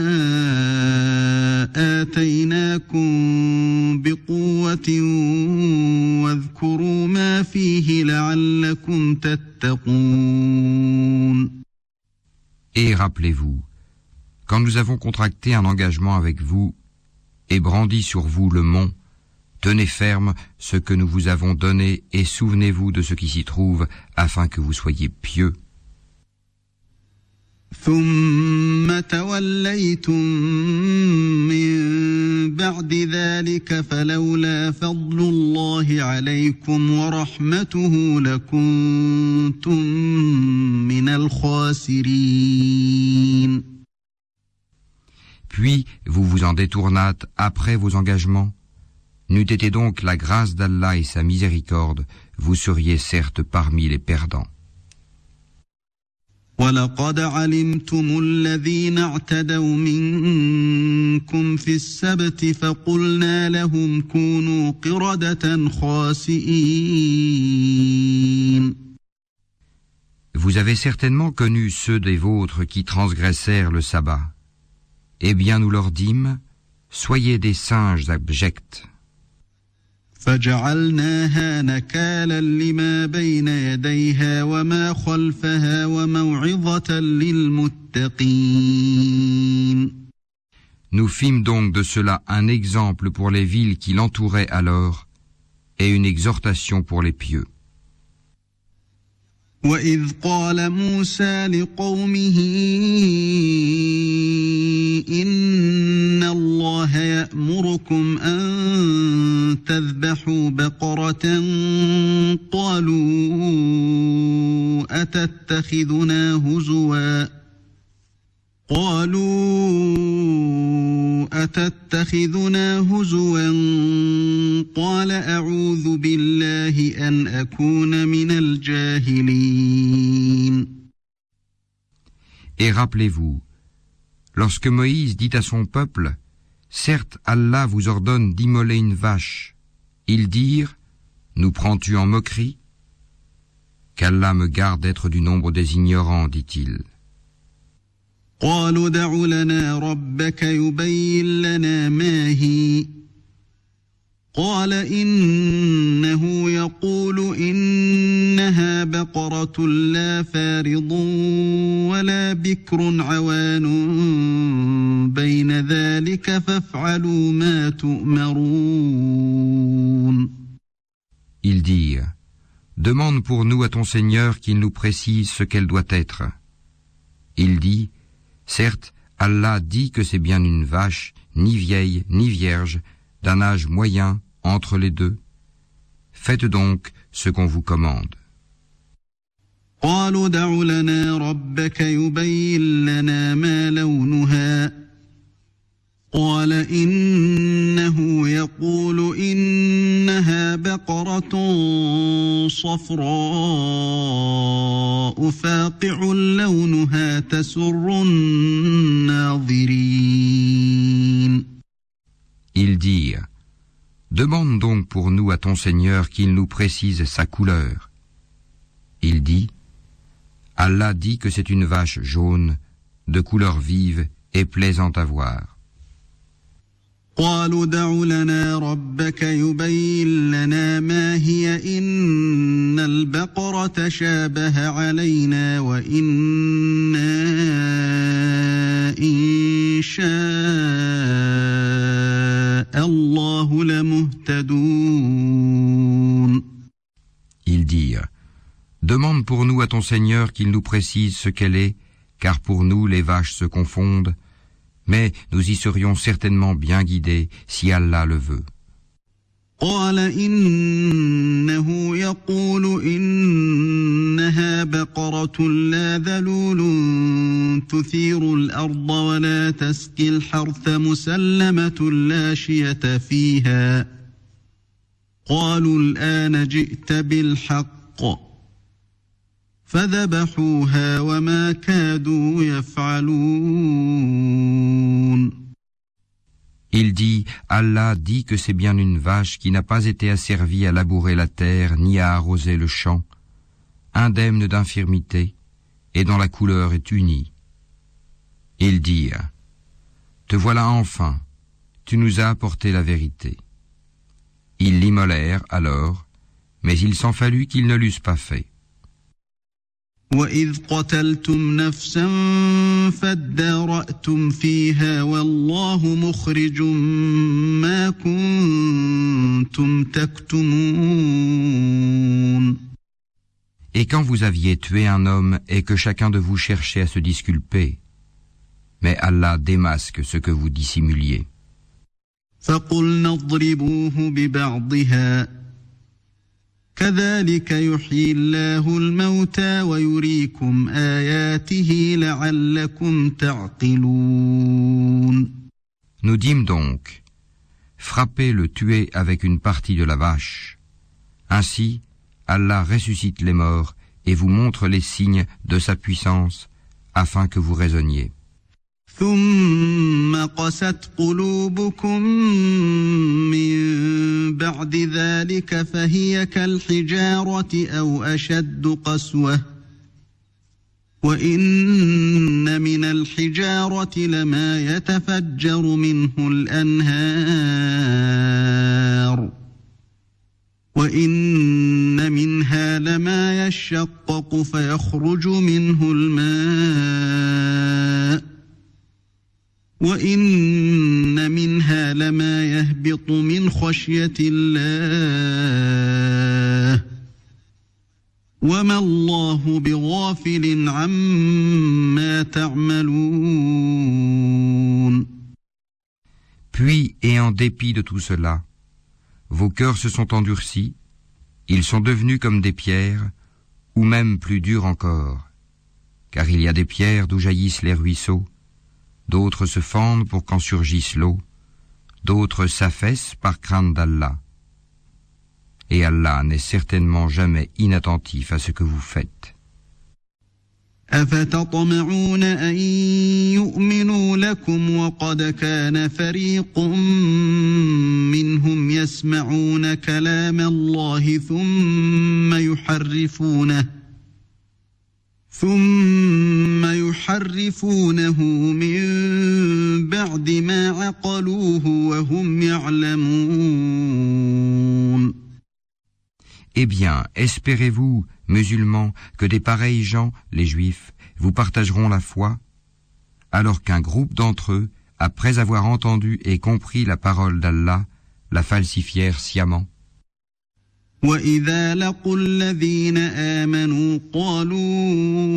آتَيْنَاكُمْ بِقُوَّةٍ وَاذْكُرُوا مَا فِيهِ لَعَلَّكُمْ تَتَّقُونَ. Et rappelez-vous, quand nous avons contracté un engagement avec vous et brandi sur vous le mont, tenez ferme ce que nous vous avons donné et souvenez-vous de ce qui s'y trouve afin que vous soyez pieux. ثم توليتم من بعد ذلك فلولا فضل الله عليكم ورحمته لكنتم من الخاسرين. puis vous vous en détournâtes après vos engagements. N'eût été donc la grâce d'Allah et sa miséricorde, vous seriez certes parmi les perdants. وَلَقَدْ عَلِمْتُمُ الَّذِينَ اعْتَدَوْا مِنكُمْ فِي السَّبْتِ فَقُلْنَا لَهُمْ كُونُوا قِرَدَةً خَاسِئِينَ. Vous avez certainement connu ceux des vôtres qui transgressèrent le sabbat. Eh bien nous leur dîmes, soyez des singes abjects. فَجَعَلْنَاهَا نَكَالًا لِمَا بَيْنَ يَدَيْهَا وَمَا خَلْفَهَا وَمَوْعِظَةً لِلْمُتَّقِينَ. Nous fîmes donc de cela un exemple pour les villes qui l'entouraient alors, et une exhortation pour les pieux. وَإِذْ قَالَ مُوسَى لِقَوْمِهِ إِنَّ اللَّهَ يَأْمُرُكُمْ أَن تَذْبَحُوا بَقَرَةً قَالُوا أَتَتَّخِذُنَا هُزُوًا قَالَ أَعُوذُ بِاللَّهِ أَنْ أَكُونَ مِنَ الْجَاهِلِينَ. Et rappelez-vous, lorsque Moïse dit à son peuple, certes Allah vous ordonne d'immoler une vache, ils dirent, nous prends-tu en moquerie? Qu'Allah me garde d'être du nombre des ignorants, dit-il. قالوا ادع لنا ربك يبين لنا ما هي قال إنه يقول إنها بقرة لا فارض ولا بكر عوان بين ذلك فافعلوا ما تؤمرون. Ils dirent, demande pour nous à ton Seigneur qu'il nous précise ce qu'elle doit être. Il dit, certes, Allah dit que c'est bien une vache, ni vieille, ni vierge, d'un âge moyen entre les deux. Faites donc ce qu'on vous commande. قالوا ادع لنا ربك يبين لنا ما لونها قال إنه يقول إنها بقرة صفراء فاقع لونها تسر الناظرين. Ils dirent, demande donc pour nous à ton Seigneur qu'il nous précise sa couleur. Il dit, Allah dit que c'est une vache jaune, de couleur vive et plaisante à voir. قالوا ادع لنا ربك يبين لنا ما هي إن البقرة شابه علينا وإنا إن شاء الله لمهتدون. Ils dirent, demande pour nous à ton Seigneur qu'il nous précise ce qu'elle est, car pour nous les vaches se confondent, mais nous y serions certainement bien guidés si Allah le veut. قال إنه يقول إنها بقرة لا ذلول تثير الأرض ولا تسقي الحرث مسلمة لا شية فيها قالوا الآن جئت بالحق فذبحوها وما كادوا يفعلون. Il dit, Allah dit que c'est bien une vache qui n'a pas été asservie à labourer la terre ni à arroser le champ, indemne d'infirmité, et dont la couleur est unie. Ils dirent, te voilà enfin, tu nous as apporté la vérité. Ils l'immolèrent alors, mais il s'en fallut qu'ils ne l'eussent pas fait. وَإِذْ قَتَلْتُمْ نَفْسًا فَادَّارَأْتُمْ فِيهَا وَاللَّهُ مُخْرِجٌ مَا كُنتُمْ تَكْتُمُونَ. Et quand vous aviez tué un homme et que chacun de vous cherchait à se disculper, mais Allah démasque ce que vous dissimuliez. فَقُلْنَا اضْرِبُوهُ بِبَعْضِهَا كذلك يحيي الله الموتى ويريكم آياته لعلكم تعقلون. Nous dîmes donc, frappez le tuer avec une partie de la vache. Ainsi, Allah ressuscite les morts et vous montre les signes de sa puissance afin que vous raisonniez. ثم قست قلوبكم من بعد ذلك فهي كالحجارة أو أشد قسوة وإن من الحجارة لما يتفجر منه الأنهار وإن منها لما يشقق فيخرج منه الماء وإن منها لما يهبط من خشية الله وما الله بغافل عما تعملون. Puis, et en dépit de tout cela, vos cœurs se sont endurcis, ils sont devenus comme des pierres, ou même plus durs encore, car il y a des pierres d'où jaillissent les ruisseaux, d'autres se fendent pour qu'en surgisse l'eau, d'autres s'affaissent par crainte d'Allah. Et Allah n'est certainement jamais inattentif à ce que vous faites. أفتطمعون أن يؤمنوا لكم وقد كان فريق منهم يسمعون كلام الله ثم يحرفونه من بعد ما عقلوه وهم يعلمون. Eh bien, espérez-vous, musulmans, que des pareils gens, les juifs, vous partageront la foi, alors qu'un groupe d'entre eux, après avoir entendu et compris la parole d'Allah, la falsifièrent sciemment. وَإِذَا لَقُوا الَّذِينَ آمَنُوا قَالُوا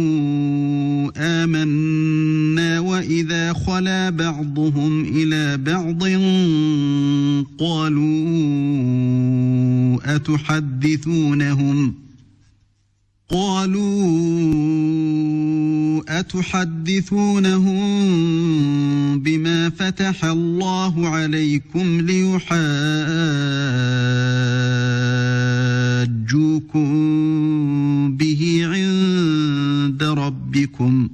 آمَنَّا وَإِذَا خَلَا بَعْضُهُمْ إِلَى بَعْضٍ قَالُوا أتحدثونهم بما فتح الله عليكم ليحاجوكم به عند ربكم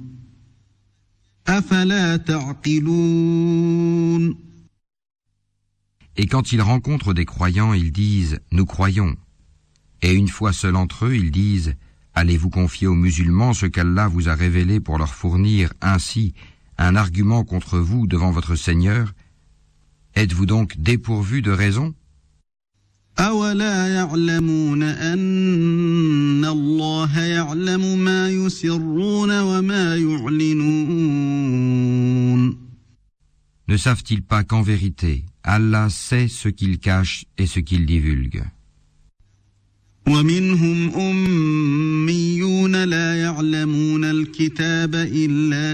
أفلا تعقلون. Et quand ils rencontrent des croyants, ils disent « Nous croyons ». Et une fois seuls entre eux, ils disent « Allez-vous confier aux musulmans ce qu'Allah vous a révélé pour leur fournir ainsi un argument contre vous devant votre Seigneur ? Êtes-vous donc dépourvus de raison ? أَوَلَا يَعْلَمُونَ أَنَّ اللَّهَ يَعْلَمُ مَا يُسِرُّونَ وَمَا يُعْلِنُونَ. Ne savent-ils pas qu'en vérité, Allah sait ce qu'ils cachent et ce qu'ils divulguent. ومنهم أميون لا يعلمون الكتاب إلا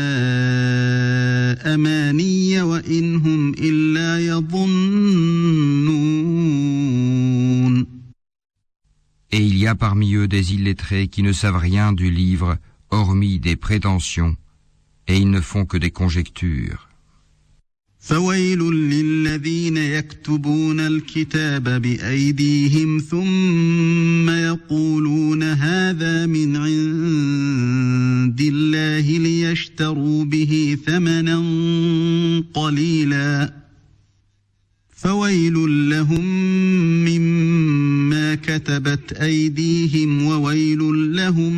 أماني وإن هم إلا يظنون. Et il y a parmi eux des illettrés qui ne savent rien du livre, hormis des prétentions, et ils ne font que des conjectures. فويل للذين يكتبون الكتاب بأيديهم ثم يقولون هذا من عند الله ليشتروا به ثمنا قليلا فويل لهم مما كتبت أيديهم وويل لهم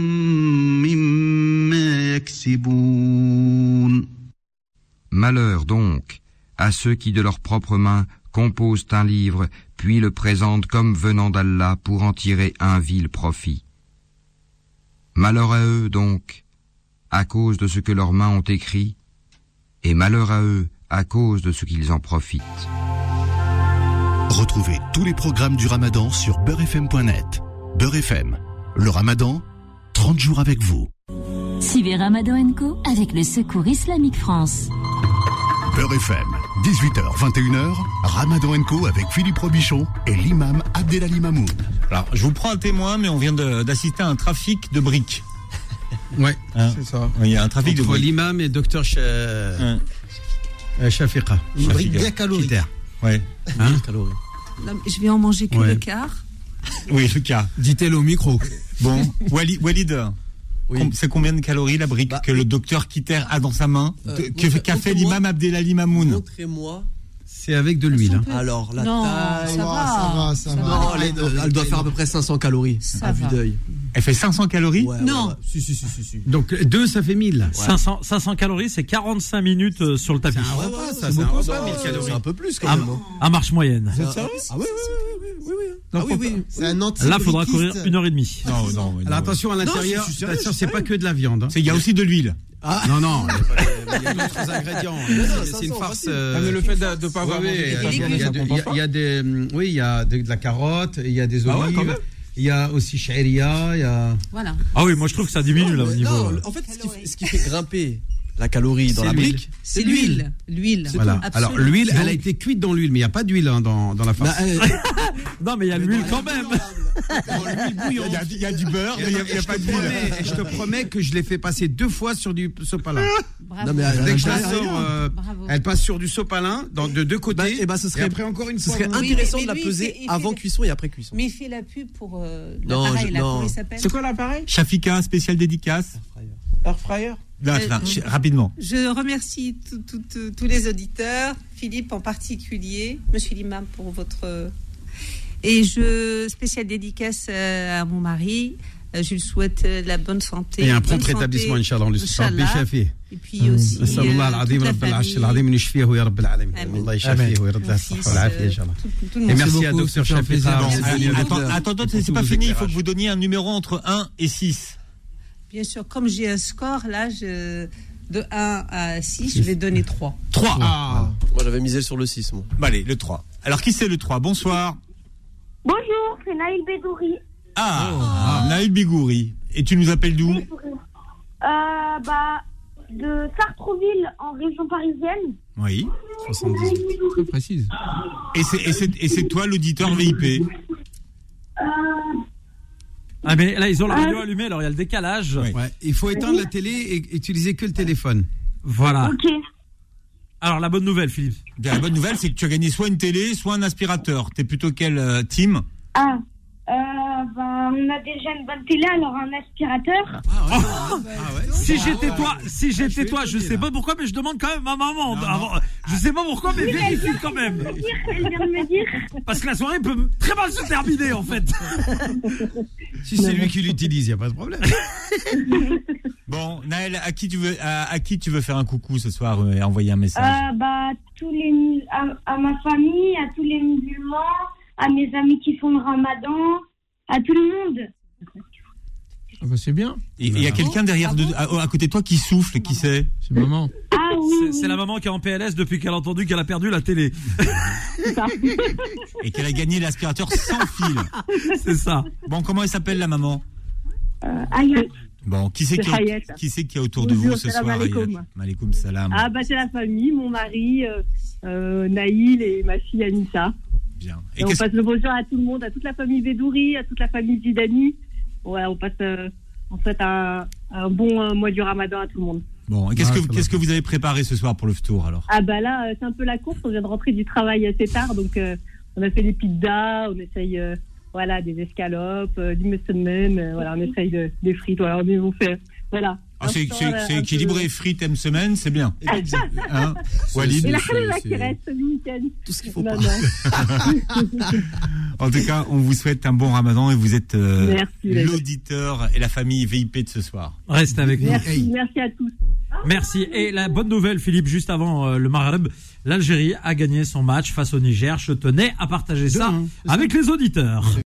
مما يكسبون. Malheur donc à ceux qui de leurs propres mains composent un livre, puis le présentent comme venant d'Allah pour en tirer un vil profit. Malheur à eux donc, à cause de ce que leurs mains ont écrit, et malheur à eux à cause de ce qu'ils en profitent. Retrouvez tous les programmes du Ramadan sur beurrefm.net. Beurre FM, le Ramadan, 30 jours avec vous. Suivez Ramadan & Co avec le Secours Islamique France. Beurre FM, 18h, 21h, Ramadan & Co avec Philippe Robichon et l'imam Abdelali Mamoun. Alors, je vous prends un témoin, mais on vient d'assister à un trafic de briques. Ouais, c'est ça. Il y a un trafic de briques. Entre l'imam et le docteur Shafiqa. Une brique bien calorique. Ouais. Hein calories. Non, mais je vais en manger que le quart. Oui, le quart. Dit-elle au micro. Bon, Walid, c'est combien de calories la brique que le docteur Kitter a dans sa main, qu'a fait l'imam Abdelali Mamoun? Montrez-moi. C'est avec de l'huile. Alors, la Non, taille. ça va. Non, elle doit faire à peu près 500 calories Ça à vue va. d'œil. Elle fait 500 calories? Non. Ouais. Si. Donc 2, ça fait 1000. 500 calories, c'est 45 minutes sur le tapis. C'est un repas, ça. C'est un repas, 1000 calories. C'est un peu plus quand même. À marche moyenne. Vous êtes sérieux? Ah oui. Ah oui. C'est un anti. Là, il faudra courir 1h30. Non. Alors attention, à l'intérieur, c'est pas que de la viande. Il y a aussi de l'huile. Ah. Non, il y a d'autres ingrédients. C'est une farce. Mais le fait de ne pas avoir mangé il y a de la carotte, il y a des olives, il y a aussi sha'ria, il y a. Voilà. Ah oui, moi je trouve que ça diminue là au niveau. Non, en fait, ce qui fait grimper la calorie dans la brique, c'est l'huile. L'huile. Voilà. Alors l'huile, elle a été cuite dans l'huile, mais il n'y a pas d'huile dans la farce. Non, mais il y a l'huile quand même. Il y a du beurre, mais il n'y a pas d'huile. Et je te promets que je l'ai fait passer 2 fois sur du sopalin. Non, mais dès que je la sors, elle passe sur du sopalin de 2 côtés. Et ce serait, et après encore une fois. Ce serait intéressant de la peser avant cuisson et après cuisson. Mais il fait la pub pour l'appareil, comment il s'appelle? C'est quoi l'appareil? Shafika, spécial dédicace. Air fryer. Rapidement. Je remercie tous les auditeurs, Philippe en particulier, Monsieur l'imam pour votre... Et spécial dédicace à mon mari. Je lui souhaite la bonne santé. Et un prompt rétablissement, Inch'Allah. Et puis aussi. Et merci à Dr Shafika. Attends, c'est pas fini. Il faut que vous donniez un numéro entre 1 et 6. Bien sûr, comme j'ai un score, là, de 1 à 6, je vais donner 3. 3. Moi, j'avais misé sur le 6. Moi. Allez, le 3. Alors, qui c'est le 3? Bonsoir. Bonjour, c'est Naïl Bedouri. Naïl Bigouri. Et tu nous appelles d'où? De Sartrouville, en région parisienne. Oui. 78. Très précise. Et c'est toi l'auditeur VIP? Ah mais là ils ont la radio allumée, alors il y a le décalage. Ouais. Il faut éteindre la télé et utiliser que le téléphone. Voilà. Ok. Alors la bonne nouvelle, Philippe. Bien, la bonne nouvelle, c'est que tu as gagné soit une télé, soit un aspirateur. T'es plutôt quel team? On a déjà une bonne télé, alors un aspirateur. Si j'étais toi, je sais pas pourquoi, mais je demande quand même à maman. Je sais pas pourquoi, mais vérifie quand même. Elle vient de me dire. Parce que la soirée peut très mal se terminer, en fait. Si c'est lui qui l'utilise, il n'y a pas de problème. Bon, Naël, à qui tu veux faire un coucou ce soir et envoyer un message? À ma famille, à tous les musulmans, à mes amis qui font le ramadan, à tout le monde. C'est bien. Et il y a quelqu'un derrière, à côté de toi qui souffle, qui c'est? C'est maman. C'est la maman qui est en PLS depuis qu'elle a entendu qu'elle a perdu la télé. Et qu'elle a gagné l'aspirateur sans fil. C'est ça. Bon, comment elle s'appelle la maman? Ayat. Bon, qui c'est qui est autour de vous ce soir? Malekoum salam. C'est la famille, mon mari, Naïl et ma fille Anissa. Bien. Et on passe le bonjour à tout le monde, à toute la famille Bedouri, à toute la famille Zidani. Ouais, on souhaite un bon mois du Ramadan à tout le monde. Bon, et qu'est-ce que vous avez préparé ce soir pour le Ftour alors? Là, c'est un peu la course. On vient de rentrer du travail assez tard, donc on a fait des pizzas, on essaye des escalopes, du messemen, on essaye des frites. On fait c'est équilibré, frites, semaine, c'est bien. Hein, Walid. Et la halala qui reste le week-end. Tout ce qu'il faut pas. En tout cas, on vous souhaite un bon Ramadan et vous êtes l'auditeur et la famille VIP de ce soir. Reste avec nous. Merci à tous. Merci. Et la bonne nouvelle, Philippe, juste avant le Maghreb, l'Algérie a gagné son match face au Niger. Je tenais à partager ça avec les auditeurs.